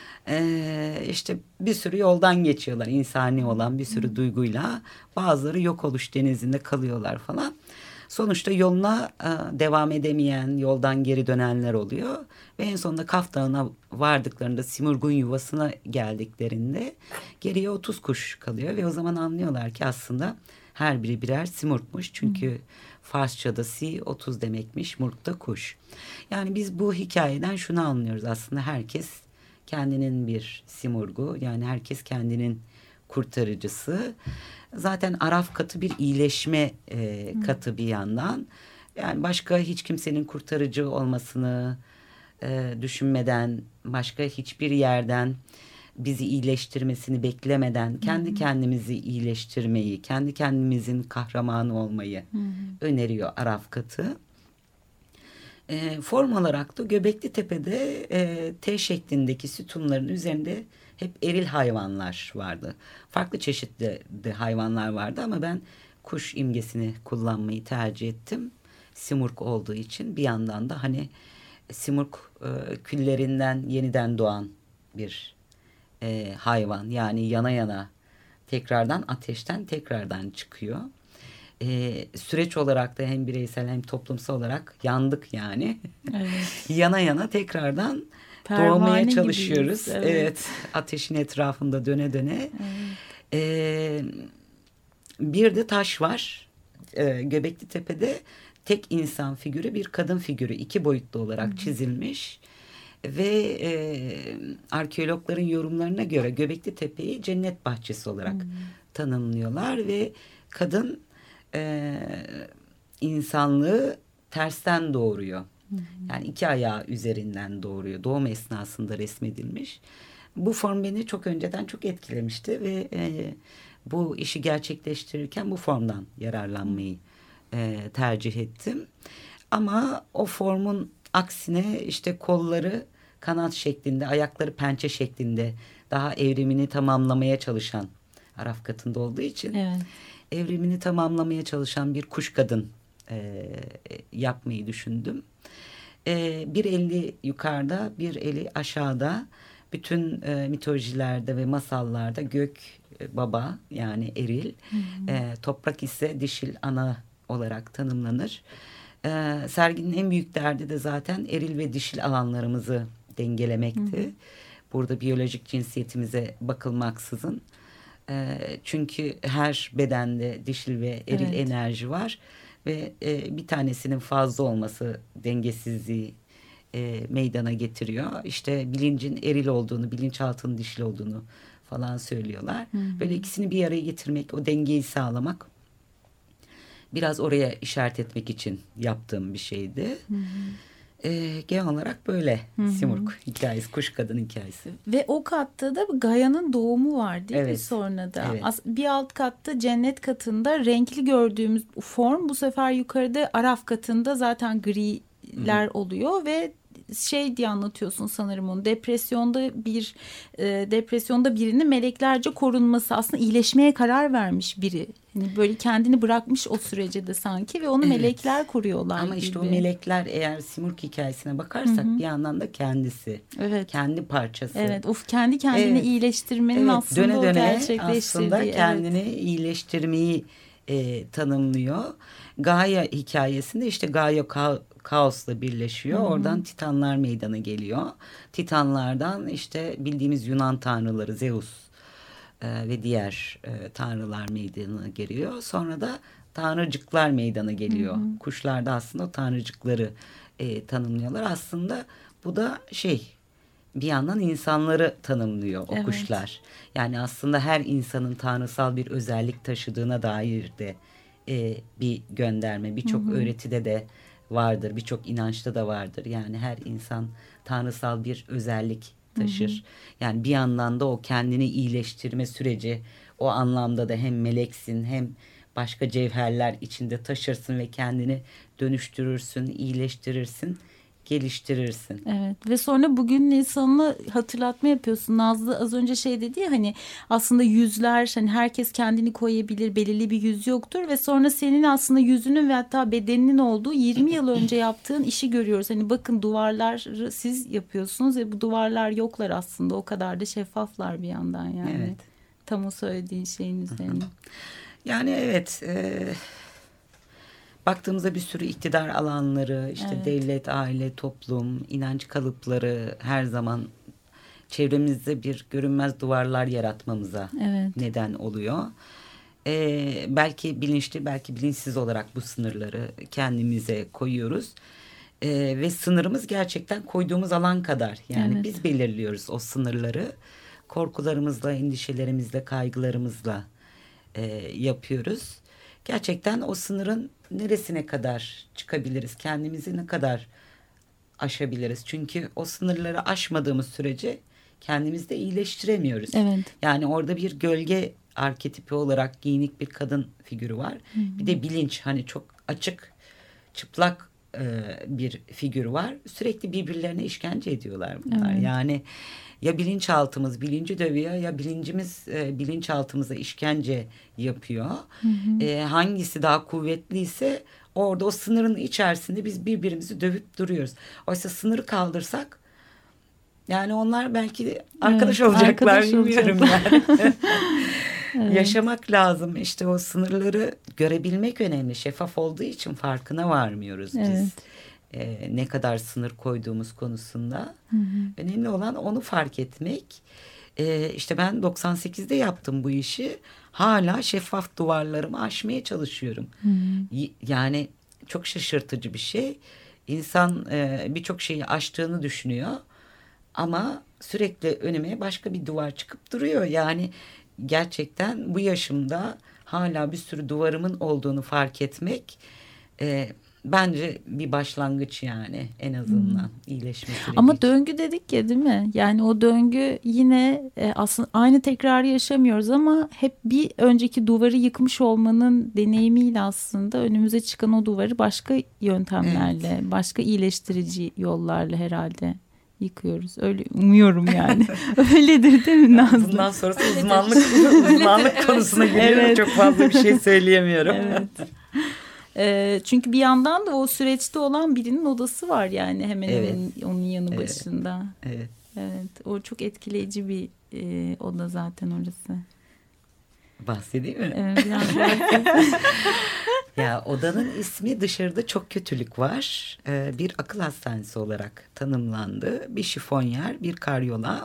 E, işte bir sürü yoldan geçiyorlar. İnsani olan bir sürü duyguyla. Bazıları yok oluş denizinde kalıyorlar falan. Sonuçta yoluna e, devam edemeyen, yoldan geri dönenler oluyor. Ve en sonunda Kaf Dağı'na vardıklarında, Simurg'un yuvasına geldiklerinde geriye otuz kuş kalıyor. Ve o zaman anlıyorlar ki aslında her biri birer Simurg'muş. Çünkü hmm. Farsça'da si otuz demekmiş, Murg da kuş. Yani biz bu hikayeden şunu anlıyoruz. Aslında herkes kendinin bir Simurg'u, yani herkes kendinin kurtarıcısı. Zaten Araf katı bir iyileşme e, katı bir yandan. Yani başka hiç kimsenin kurtarıcı olmasını e, düşünmeden, başka hiçbir yerden bizi iyileştirmesini beklemeden kendi kendimizi iyileştirmeyi, kendi kendimizin kahramanı olmayı hı hı. öneriyor Araf katı. E, form olarak da Göbekli Tepe'de e, T şeklindeki sütunların üzerinde hep eril hayvanlar vardı. Farklı çeşitli de hayvanlar vardı ama ben kuş imgesini kullanmayı tercih ettim. Simurg olduğu için bir yandan da hani Simurg e, küllerinden yeniden doğan bir e, hayvan. Yani yana yana tekrardan ateşten tekrardan çıkıyor. E, süreç olarak da hem bireysel hem toplumsal olarak yandık yani. Evet. yana yana tekrardan Pervane doğmaya çalışıyoruz. Evet. evet, ateşin etrafında döne döne. Evet. Ee, bir de taş var. Ee, Göbekli Tepe'de tek insan figürü, bir kadın figürü iki boyutlu olarak Hı-hı. çizilmiş. Ve e, arkeologların yorumlarına göre Göbekli Tepe'yi cennet bahçesi olarak Hı-hı. tanımlıyorlar. Ve kadın e, insanlığı tersten doğuruyor. Yani iki ayağı üzerinden doğuruyor. Doğum esnasında resmedilmiş. Bu form beni çok önceden çok etkilemişti ve e, bu işi gerçekleştirirken bu formdan yararlanmayı e, tercih ettim. Ama o formun aksine işte kolları kanat şeklinde, ayakları pençe şeklinde daha evrimini tamamlamaya çalışan, Araf katında olduğu için evet. evrimini tamamlamaya çalışan bir kuş kadın e, yapmayı düşündüm. E, bir eli yukarıda, bir eli aşağıda. Bütün e, mitolojilerde ve masallarda gök e, baba yani eril, e, toprak ise dişil ana olarak tanımlanır. E, serginin en büyük derdi de zaten eril ve dişil alanlarımızı dengelemekti. Hı hı. Burada biyolojik cinsiyetimize bakılmaksızın. E, çünkü her bedende dişil ve eril evet. enerji var. Ve e, bir tanesinin fazla olması dengesizliği e, meydana getiriyor. İşte bilincin eril olduğunu, bilinçaltının dişil olduğunu falan söylüyorlar. Hı hı. Böyle ikisini bir araya getirmek, o dengeyi sağlamak biraz oraya işaret etmek için yaptığım bir şeydi. Hı hı. E, genel olarak böyle Hı-hı. Simurg hikayesi, kuş kadın hikayesi. Ve o katta da Gaia'nın doğumu var değil evet. mi sonra da? Evet. As- bir alt katta cennet katında renkli gördüğümüz form bu sefer yukarıda Araf katında zaten griler Hı-hı. oluyor ve şey diye anlatıyorsun sanırım onu. Depresyonda bir e, depresyonda birinin meleklerce korunması, aslında iyileşmeye karar vermiş biri. Hani böyle kendini bırakmış o sürece de sanki ve onu evet. melekler koruyorlar Ama gibi. işte o melekler eğer Simurg hikayesine bakarsak Hı-hı. bir yandan da kendisi. Evet. Kendi parçası. Evet. Of kendi kendini evet. iyileştirmenin evet. aslında döne döne o gerçekleştirdiği. Aslında kendini evet. iyileştirmeyi e, tanımlıyor. Gaia hikayesinde işte Gaia ka- kaosla birleşiyor. Hı-hı. Oradan Titanlar meydana geliyor. Titanlardan işte bildiğimiz Yunan tanrıları Zeus e, ve diğer e, tanrılar meydana geliyor. Sonra da tanrıcıklar meydana geliyor. Hı-hı. Kuşlar da aslında o tanrıcıkları e, tanımlıyorlar. Aslında bu da şey bir yandan insanları tanımlıyor o evet. kuşlar. Yani aslında her insanın tanrısal bir özellik taşıdığına dair de e, bir gönderme. Birçok öğretide de vardır. Birçok inançta da vardır. Yani her insan tanrısal bir özellik taşır. Hı hı. Yani bir yandan da o kendini iyileştirme süreci, o anlamda da hem meleksin hem başka cevherler içinde taşırsın ve kendini dönüştürürsün, iyileştirirsin geliştirirsin. Evet ve sonra bugün insanına hatırlatma yapıyorsun. Nazlı az önce şey dedi ya, hani aslında yüzler, hani herkes kendini koyabilir, belirli bir yüz yoktur ve sonra senin aslında yüzünün ve hatta bedeninin olduğu yirmi yıl önce yaptığın işi görüyoruz. Hani bakın, duvarları siz yapıyorsunuz ve bu duvarlar yoklar aslında, o kadar da şeffaflar bir yandan yani. Evet. Tam o söylediğin şeyin üzerine. Yani evet, e, baktığımızda bir sürü iktidar alanları, işte Evet. devlet, aile, toplum, inanç kalıpları her zaman çevremizde bir görünmez duvarlar yaratmamıza Evet. neden oluyor. E, belki bilinçli, belki bilinçsiz olarak bu sınırları kendimize koyuyoruz. E, ve sınırımız gerçekten koyduğumuz alan kadar. Yani Evet. biz belirliyoruz o sınırları. Korkularımızla, endişelerimizle, kaygılarımızla e, yapıyoruz. Gerçekten o sınırın neresine kadar çıkabiliriz? Kendimizi ne kadar aşabiliriz? Çünkü o sınırları aşmadığımız sürece kendimizi de iyileştiremiyoruz. Evet. Yani orada bir gölge arketipi olarak giyinik bir kadın figürü var. Hı hı. Bir de bilinç, hani çok açık, çıplak e, bir figür var. Sürekli birbirlerine işkence ediyorlar bunlar. Evet. Yani ya bilinçaltımız bilinci dövüyor, ya bilincimiz e, bilinçaltımıza işkence yapıyor. Hı hı. E, hangisi daha kuvvetliyse orada o sınırın içerisinde biz birbirimizi dövüp duruyoruz. Oysa sınırı kaldırsak, yani onlar belki arkadaş evet, olacaklar, arkadaş bilmiyorum yani. Evet. Yaşamak lazım. İşte o sınırları görebilmek önemli. Şeffaf olduğu için farkına varmıyoruz biz. Evet. Ee, ne kadar sınır koyduğumuz konusunda. Hı hı. Önemli olan onu fark etmek. Ee, işte ben doksan sekizde yaptım bu işi. Hala şeffaf duvarlarımı aşmaya çalışıyorum. Hı hı. Yani çok şaşırtıcı bir şey. İnsan e, birçok şeyi aştığını düşünüyor. Ama sürekli önüme başka bir duvar çıkıp duruyor. Yani gerçekten bu yaşımda hala bir sürü duvarımın olduğunu fark etmek e, bence bir başlangıç, yani en azından hmm. iyileşme süreci. Ama döngü dedik ya, değil mi? Yani o döngü yine e, aslında aynı tekrarı yaşamıyoruz ama hep bir önceki duvarı yıkmış olmanın deneyimiyle aslında önümüze çıkan o duvarı başka yöntemlerle, evet. başka iyileştirici yollarla herhalde yıkıyoruz. Öyle umuyorum yani. Öyledir değil mi Nazlı? Bundan sonrası uzmanlık uzmanlık konusuna giriyor. Evet. Çok fazla bir şey söyleyemiyorum. Evet. E, çünkü bir yandan da o süreçte olan birinin odası var yani hemen evet. hemen onun yanı evet. başında. Evet. Evet. O çok etkileyici bir e, oda zaten orası. Bahsedeyim mi? Evet, biraz bahsedeyim. Ya odanın ismi Dışarıda Çok Kötülük Var. Ee, bir akıl hastanesi olarak tanımlandı. Bir şifonyer, bir karyola.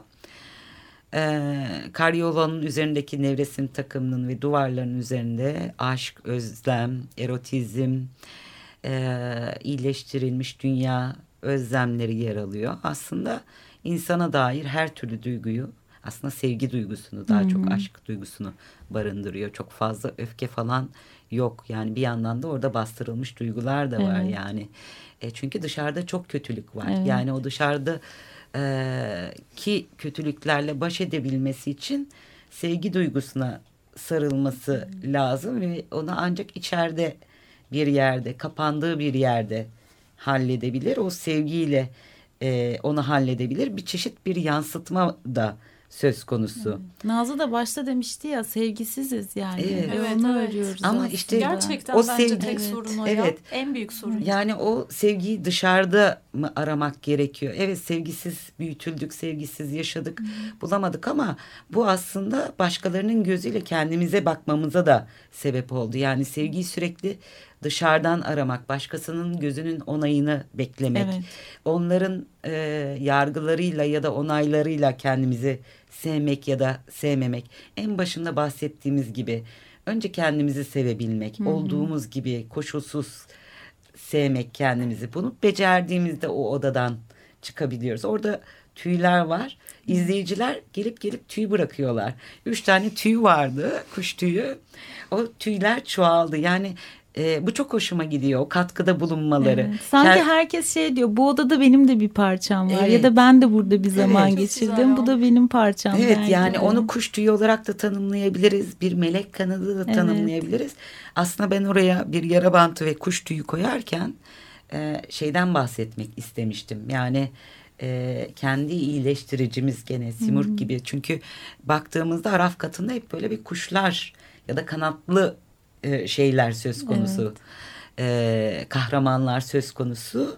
Ee, karyolanın üzerindeki nevresim takımının ve duvarların üzerinde aşk, özlem, erotizm, e, iyileştirilmiş dünya özlemleri yer alıyor. Aslında insana dair her türlü duyguyu, aslında sevgi duygusunu, daha Hı-hı. çok aşk duygusunu barındırıyor. Çok fazla öfke falan yok. Yani bir yandan da orada bastırılmış duygular da var evet. yani. E, çünkü dışarıda çok kötülük var. Evet. Yani o dışarıda e, ki kötülüklerle baş edebilmesi için sevgi duygusuna sarılması hmm. lazım ve onu ancak içeride bir yerde, kapandığı bir yerde halledebilir. O sevgiyle e, onu halledebilir. Bir çeşit bir yansıtma da söz konusu. Evet. Nazlı da başta demişti ya, sevgisiziz yani. Evet. Evet, onu evet. arıyoruz. Ama aslında. işte gerçekten o bence sevgi, tek sorun o evet. ya. En büyük sorun. Yani o sevgiyi dışarıda mı aramak gerekiyor? Evet, sevgisiz büyütüldük, sevgisiz yaşadık, hmm. bulamadık ama bu aslında başkalarının gözüyle kendimize bakmamıza da sebep oldu. Yani sevgiyi sürekli dışarıdan aramak, başkasının gözünün onayını beklemek, evet. onların e, yargılarıyla ya da onaylarıyla kendimizi sevmek ya da sevmemek. En başında bahsettiğimiz gibi önce kendimizi sevebilmek, Hı-hı. olduğumuz gibi koşulsuz sevmek kendimizi. Bunu becerdiğimizde o odadan çıkabiliyoruz. Orada tüyler var. İzleyiciler gelip gelip tüy bırakıyorlar. Üç tane tüy vardı, kuş tüyü. O tüyler çoğaldı. Yani e, bu çok hoşuma gidiyor. O katkıda bulunmaları. Evet. Sanki Her... herkes şey diyor. Bu odada benim de bir parçam var. Evet. Ya da ben de burada bir zaman evet, geçirdim. Bu da benim parçam. Evet belki. Yani onu kuş tüyü olarak da tanımlayabiliriz. Bir melek kanadı da evet. tanımlayabiliriz. Aslında ben oraya bir yara bantı ve kuş tüyü koyarken e, şeyden bahsetmek istemiştim. Yani e, kendi iyileştiricimiz gene Simurg hmm. gibi. Çünkü baktığımızda Araf katında hep böyle bir kuşlar ya da kanatlı e, şeyler söz konusu. Evet. E, kahramanlar söz konusu.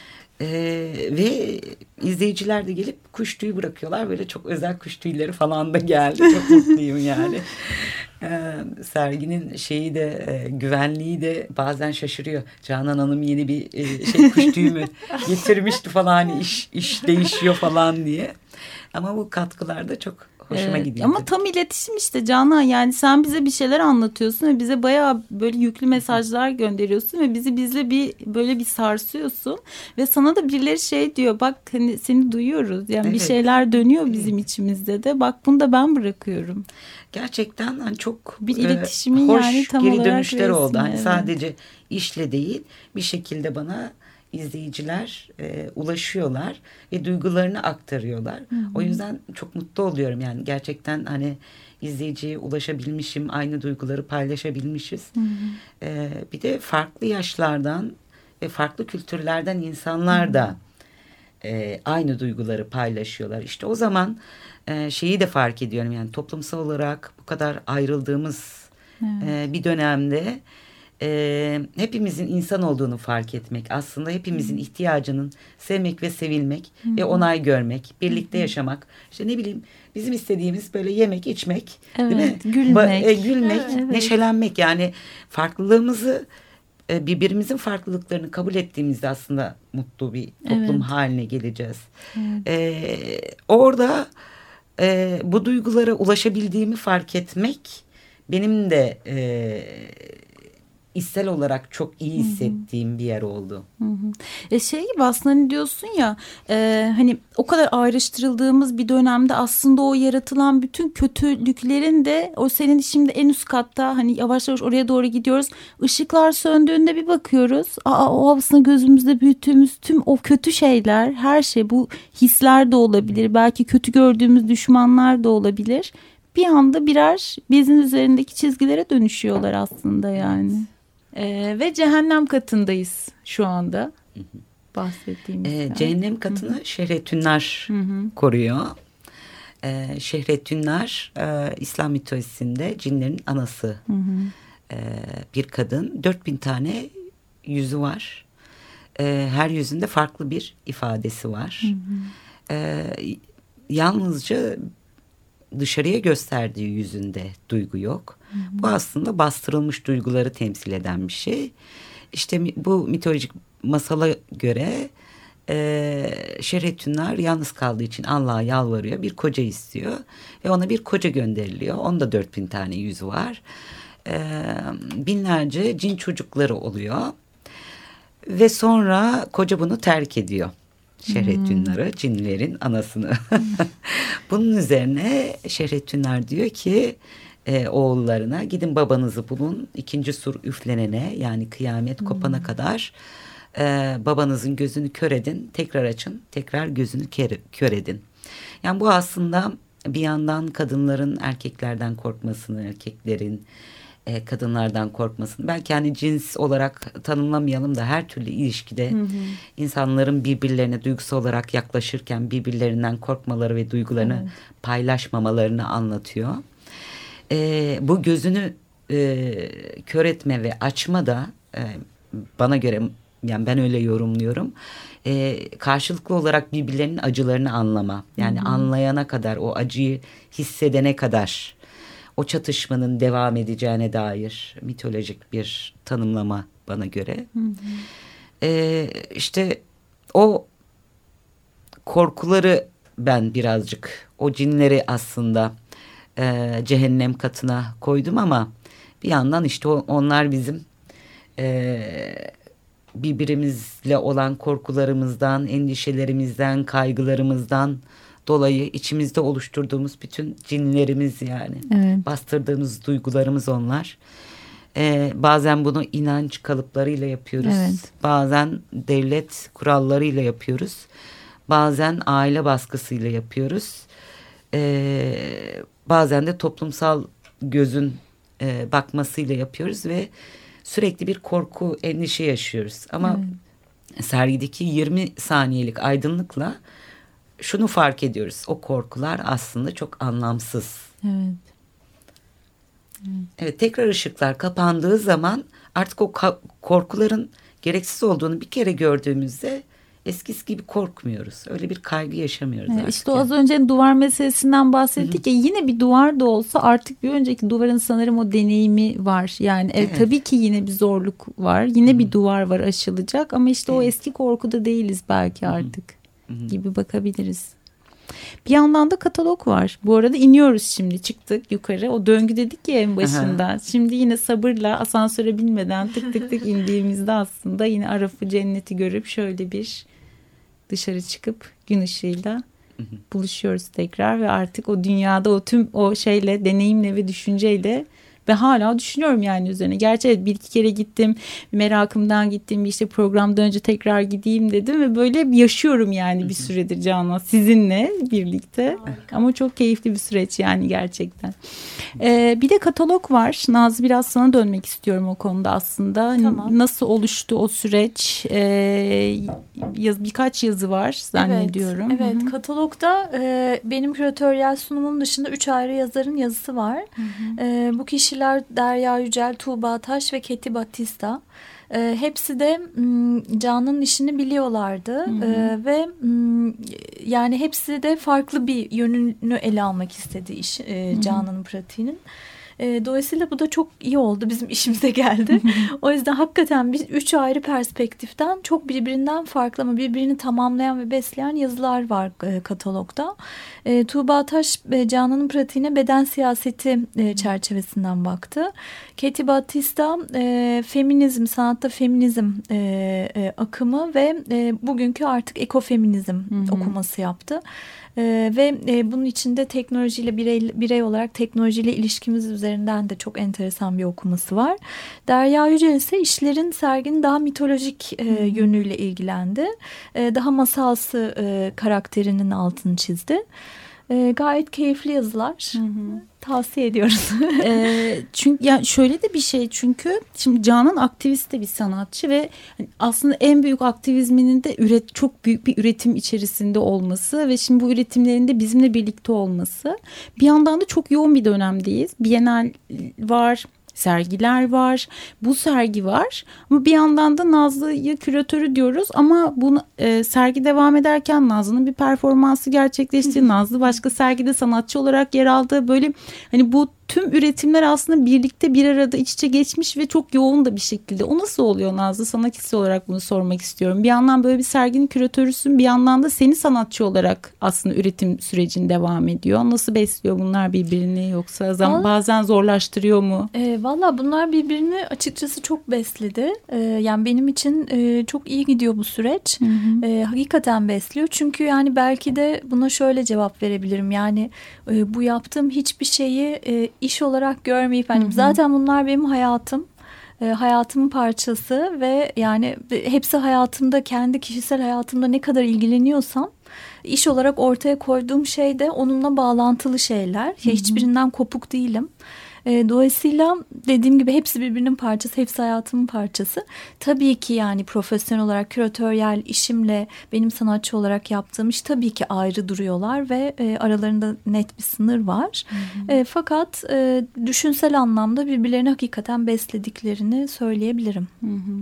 Ee, ve izleyiciler de gelip kuş tüyü bırakıyorlar. Böyle çok özel kuş tüyleri falan da geldi. Çok mutluyum yani. Ee, serginin şeyi de e, güvenliği de bazen şaşırıyor. Canan Hanım yeni bir e, şey kuş tüyü mü getirmişti falan, hani iş, iş değişiyor falan diye. Ama bu katkılar da çok hoşuma evet, gidiyor. Ama tabii. Tam iletişim işte Canan, yani sen bize bir şeyler anlatıyorsun ve bize bayağı böyle yüklü mesajlar gönderiyorsun ve bizi bizle bir böyle bir sarsıyorsun ve sana da birileri şey diyor, bak hani seni duyuyoruz yani evet. Bir şeyler dönüyor bizim evet. içimizde de, bak bunu da ben bırakıyorum. Gerçekten hani çok bir iletişimin e, hoş yani tam geri olarak dönüşler resmi, oldu. Hani evet. Sadece işle değil, bir şekilde bana izleyiciler e, ulaşıyorlar ve duygularını aktarıyorlar. Hı hı. O yüzden çok mutlu oluyorum yani gerçekten hani izleyiciye ulaşabilmişim, aynı duyguları paylaşabilmişiz. Hı hı. E, bir de farklı yaşlardan ve farklı kültürlerden insanlar hı hı. da e, aynı duyguları paylaşıyorlar. İşte o zaman e, şeyi de fark ediyorum yani toplumsal olarak bu kadar ayrıldığımız evet. e, bir dönemde Ee, hepimizin insan olduğunu fark etmek, aslında hepimizin ihtiyacının sevmek ve sevilmek Hı-hı. ve onay görmek, birlikte Hı-hı. yaşamak. İşte ne bileyim bizim istediğimiz böyle yemek, içmek, evet, değil mi? Gülmek, ba- e, gülmek, evet. neşelenmek. Yani farklılığımızı, e, birbirimizin farklılıklarını kabul ettiğimizde aslında mutlu bir toplum evet. haline geleceğiz. Evet. Ee, orada e, bu duygulara ulaşabildiğimi fark etmek benim de E, İçsel olarak çok iyi hissettiğim Hı-hı. bir yer oldu. Hı-hı. E şey gibi aslında hani diyorsun ya e, hani o kadar ayrıştırıldığımız bir dönemde aslında o yaratılan bütün kötülüklerin de o senin şimdi en üst katta hani yavaş yavaş oraya doğru gidiyoruz. Işıklar söndüğünde bir bakıyoruz. Aa, o aslında gözümüzde büyüttüğümüz tüm o kötü şeyler, her şey, bu hisler de olabilir. Belki kötü gördüğümüz düşmanlar da olabilir. Bir anda birer bezin üzerindeki çizgilere dönüşüyorlar aslında yani. Ee, ve cehennem katındayız şu anda. Hı hı. Bahsettiğimiz. Ee, cehennem katını Hı-hı. Şehretünnar Hı-hı. koruyor. Ee, Şehretünnar e, İslam mitolojisinde cinlerin anası. Ee, bir kadın. Dört bin tane yüzü var. Ee, her yüzünde farklı bir ifadesi var. Ee, yalnızca dışarıya gösterdiği yüzünde duygu yok. Hı hı. Bu aslında bastırılmış duyguları temsil eden bir şey. İşte bu mitolojik masala göre e, Şehretünnar yalnız kaldığı için Allah'a yalvarıyor. Bir koca istiyor ve ona bir koca gönderiliyor. Onda dört bin tane yüzü var. E, binlerce cin çocukları oluyor. Ve sonra koca bunu terk ediyor. Şehretünnar'ı, hmm. cinlerin anasını. Bunun üzerine Şehretünnar diyor ki e, oğullarına gidin babanızı bulun. İkinci sur üflenene yani kıyamet hmm. kopana kadar e, babanızın gözünü kör edin. Tekrar açın. Tekrar gözünü kör, kör edin. Yani bu aslında bir yandan kadınların erkeklerden korkmasını, erkeklerin E, kadınlardan korkmasını, belki hani cins olarak tanımlamayalım da her türlü ilişkide hı hı. insanların birbirlerine duygusal olarak yaklaşırken birbirlerinden korkmaları ve duygularını evet. paylaşmamalarını anlatıyor. E, bu gözünü e, kör etme ve açma da e, bana göre, yani ben öyle yorumluyorum. E, karşılıklı olarak birbirlerinin acılarını anlama. Yani hı hı. anlayana kadar, o acıyı hissedene kadar o çatışmanın devam edeceğine dair mitolojik bir tanımlama bana göre. Hı hı. Ee, işte o korkuları ben birazcık, o cinleri aslında e, cehennem katına koydum ama bir yandan işte o, onlar bizim e, birbirimizle olan korkularımızdan, endişelerimizden, kaygılarımızdan dolayı içimizde oluşturduğumuz bütün cinlerimiz yani. Evet. Bastırdığımız duygularımız onlar. Ee, bazen bunu inanç kalıplarıyla yapıyoruz. Evet. Bazen devlet kurallarıyla yapıyoruz. Bazen aile baskısıyla yapıyoruz. Ee, bazen de toplumsal gözün e, bakmasıyla yapıyoruz ve sürekli bir korku, endişe yaşıyoruz. Ama evet. sergideki yirmi saniyelik aydınlıkla şunu fark ediyoruz. O korkular aslında çok anlamsız. Evet. Evet, evet tekrar ışıklar kapandığı zaman artık o korkuların gereksiz olduğunu bir kere gördüğümüzde eskisi gibi korkmuyoruz. Öyle bir kaygı yaşamıyoruz evet, artık. İşte o az önce duvar meselesinden bahsettik ya, yine bir duvar da olsa artık bir önceki duvarın sanırım o deneyimi var. Yani evet, evet. tabii ki yine bir zorluk var. Yine Hı-hı. bir duvar var aşılacak ama işte evet. o eski korkuda değiliz belki artık Hı-hı. gibi bakabiliriz. Bir yandan da katalog var. Bu arada iniyoruz şimdi, çıktık yukarı. O döngü dedik ya en başında. Aha. Şimdi yine sabırla asansöre binmeden tık tık tık indiğimizde aslında yine Araf'ı, cenneti görüp şöyle bir dışarı çıkıp gün ışığıyla buluşuyoruz tekrar ve artık o dünyada o tüm o şeyle, deneyimle ve düşünceyle ve hala düşünüyorum yani üzerine. Gerçi evet, bir iki kere gittim, merakımdan gittim, işte programdan önce tekrar gideyim dedim ve böyle yaşıyorum yani bir süredir Canan sizinle birlikte. Harika. Ama çok keyifli bir süreç yani gerçekten. Ee, bir de katalog var. Nazlı, biraz sana dönmek istiyorum o konuda aslında. Tamam. Nasıl oluştu o süreç? Ee, yaz, birkaç yazı var zannediyorum. Evet, evet. Katalogda e, benim küratöryel sunumum dışında üç ayrı yazarın yazısı var. E, bu kişi Derya Yücel, Tuğba Taş ve Keti Batista. E, hepsi de m, Canan'ın işini biliyorlardı. E, ve m, yani hepsi de farklı bir yönünü ele almak istedi iş, e, Canan'ın pratiğinin. E, dolayısıyla bu da çok iyi oldu, bizim işimize geldi. O yüzden hakikaten biz üç ayrı perspektiften çok birbirinden farklı ama birbirini tamamlayan ve besleyen yazılar var e, katalogda. E, Tuğba Taş e, Canan'ın pratiğine beden siyaseti e, çerçevesinden baktı. Keti Batista e, feminizm, sanatta feminizm e, e, akımı ve e, bugünkü artık ekofeminizm okuması yaptı. Ee, ve e, bunun içinde teknolojiyle birey, birey olarak teknolojiyle ilişkimiz üzerinden de çok enteresan bir okuması var. Derya Yücel ise işlerin, serginin daha mitolojik e, yönüyle ilgilendi. E, daha masalsı e, karakterinin altını çizdi. E, gayet keyifli yazılar. Hı hı. Tavsiye ediyoruz. e, çünkü yani şöyle de bir şey, çünkü şimdi Canan aktivist de bir sanatçı ve aslında en büyük aktivizminin de üret çok büyük bir üretim içerisinde olması ve şimdi bu üretimlerinde bizimle birlikte olması. Bir yandan da çok yoğun bir dönemdeyiz. Bienal var, sergiler var, bu sergi var ama bir yandan da Nazlı'yı küratörü diyoruz ama bu e, sergi devam ederken Nazlı'nın bir performansı gerçekleşti. Nazlı başka sergide sanatçı olarak yer aldı. Böyle hani bu tüm üretimler aslında birlikte bir arada iç içe geçmiş ve çok yoğun da bir şekilde. O nasıl oluyor Nazlı? Sana kişisel olarak bunu sormak istiyorum. Bir yandan böyle bir serginin küratörüsün, bir yandan da seni sanatçı olarak aslında üretim sürecin devam ediyor. Nasıl besliyor bunlar birbirini, yoksa zaman, bazen zorlaştırıyor mu? E, Valla bunlar birbirini açıkçası çok besledi. E, yani benim için e, çok iyi gidiyor bu süreç. Hı hı. E, hakikaten besliyor. Çünkü yani belki de buna şöyle cevap verebilirim. Yani e, bu yaptığım hiçbir şeyi e, iş olarak görmeyip hani zaten bunlar benim hayatım, e, hayatımın parçası ve yani hepsi hayatımda, kendi kişisel hayatımda ne kadar ilgileniyorsam iş olarak ortaya koyduğum şey de onunla bağlantılı şeyler. Hı hı. Hiçbirinden kopuk değilim. E, dolayısıyla dediğim gibi hepsi birbirinin parçası, hepsi hayatımın parçası. Tabii ki yani profesyonel olarak küratöryel işimle benim sanatçı olarak yaptığım iş tabii ki ayrı duruyorlar ve e, aralarında net bir sınır var. Hı hı. E, fakat e, düşünsel anlamda birbirlerini hakikaten beslediklerini söyleyebilirim. Hı hı.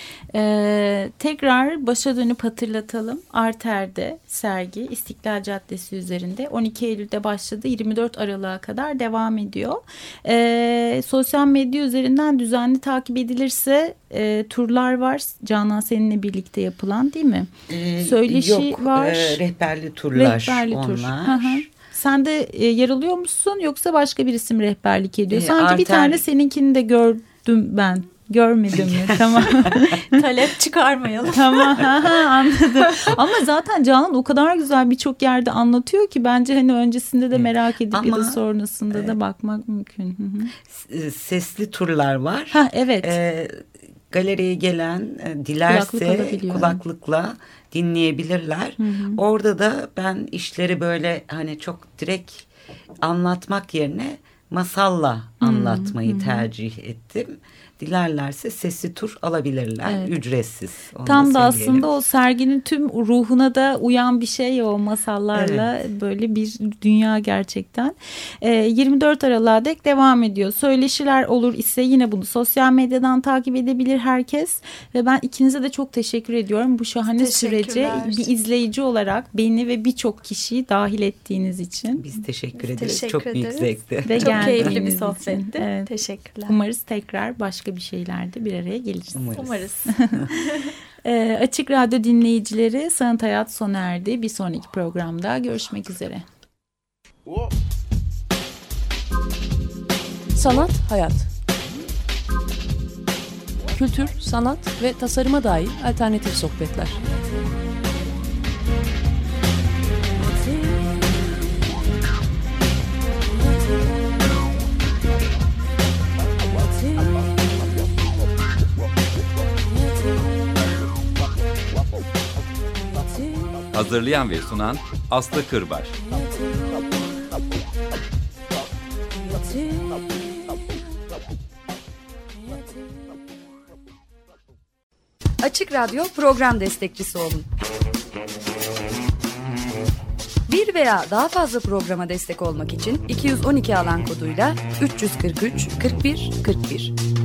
E, tekrar başa dönüp hatırlatalım. Arter'de sergi İstiklal Caddesi üzerinde on iki Eylül'de başladı, yirmi dört Aralık'a kadar devam ediyor. E, sosyal medya üzerinden düzenli takip edilirse e, turlar var. Canan, seninle birlikte yapılan, değil mi? Ee, Söyleşi yok, var. E, rehberli turlar. Rehberli onlar. tur. Hı hı. Sen de e, yer alıyor musun, yoksa başka bir isim rehberlik ediyor? E, Sanki Arter... bir tane seninkini de gördüm ben. Görmedim mi? Tamam. Talep çıkarmayalım. Tamam, anladım. Ama zaten Canan o kadar güzel birçok yerde anlatıyor ki bence hani öncesinde de merak edip Ama, ya da sonrasında e, da bakmak mümkün. Hı-hı. Sesli turlar var. Ha, evet. E, galeriye gelen e, dilerse kulaklıkla dinleyebilirler. Hı-hı. Orada da ben işleri böyle hani çok direkt anlatmak yerine masalla anlatmayı tercih ettim. Dilerlerse sesli tur alabilirler. Evet. Ücretsiz. Onu Tam da, da aslında o serginin tüm ruhuna da uyan bir şey o masallarla evet. böyle bir dünya gerçekten. E, yirmi dört Aralık'a dek devam ediyor. Söyleşiler olur ise yine bunu sosyal medyadan takip edebilir herkes. Ve ben ikinize de çok teşekkür ediyorum. Bu şahane sürece bir izleyici olarak beni ve birçok kişiyi dahil ettiğiniz için. Biz teşekkür Biz ederiz. teşekkür çok ederiz. büyük zevkti. Ve çok keyifli bir sohbetti. Evet. Teşekkürler. Umarız tekrar başka bir şeylerde bir araya geliriz. Umarız. Umarız. e, Açık Radyo dinleyicileri, Sanat Hayat sona erdi. Bir sonraki programda görüşmek üzere. Sanat Hayat. Kültür, sanat ve tasarıma dair alternatif sohbetler. Hazırlayan ve sunan Aslı Kırbaş. Açık Radyo program destekçisi olun. Bir veya daha fazla programa destek olmak için iki yüz on iki alan koduyla üç yüz kırk üç kırk bir kırk bir.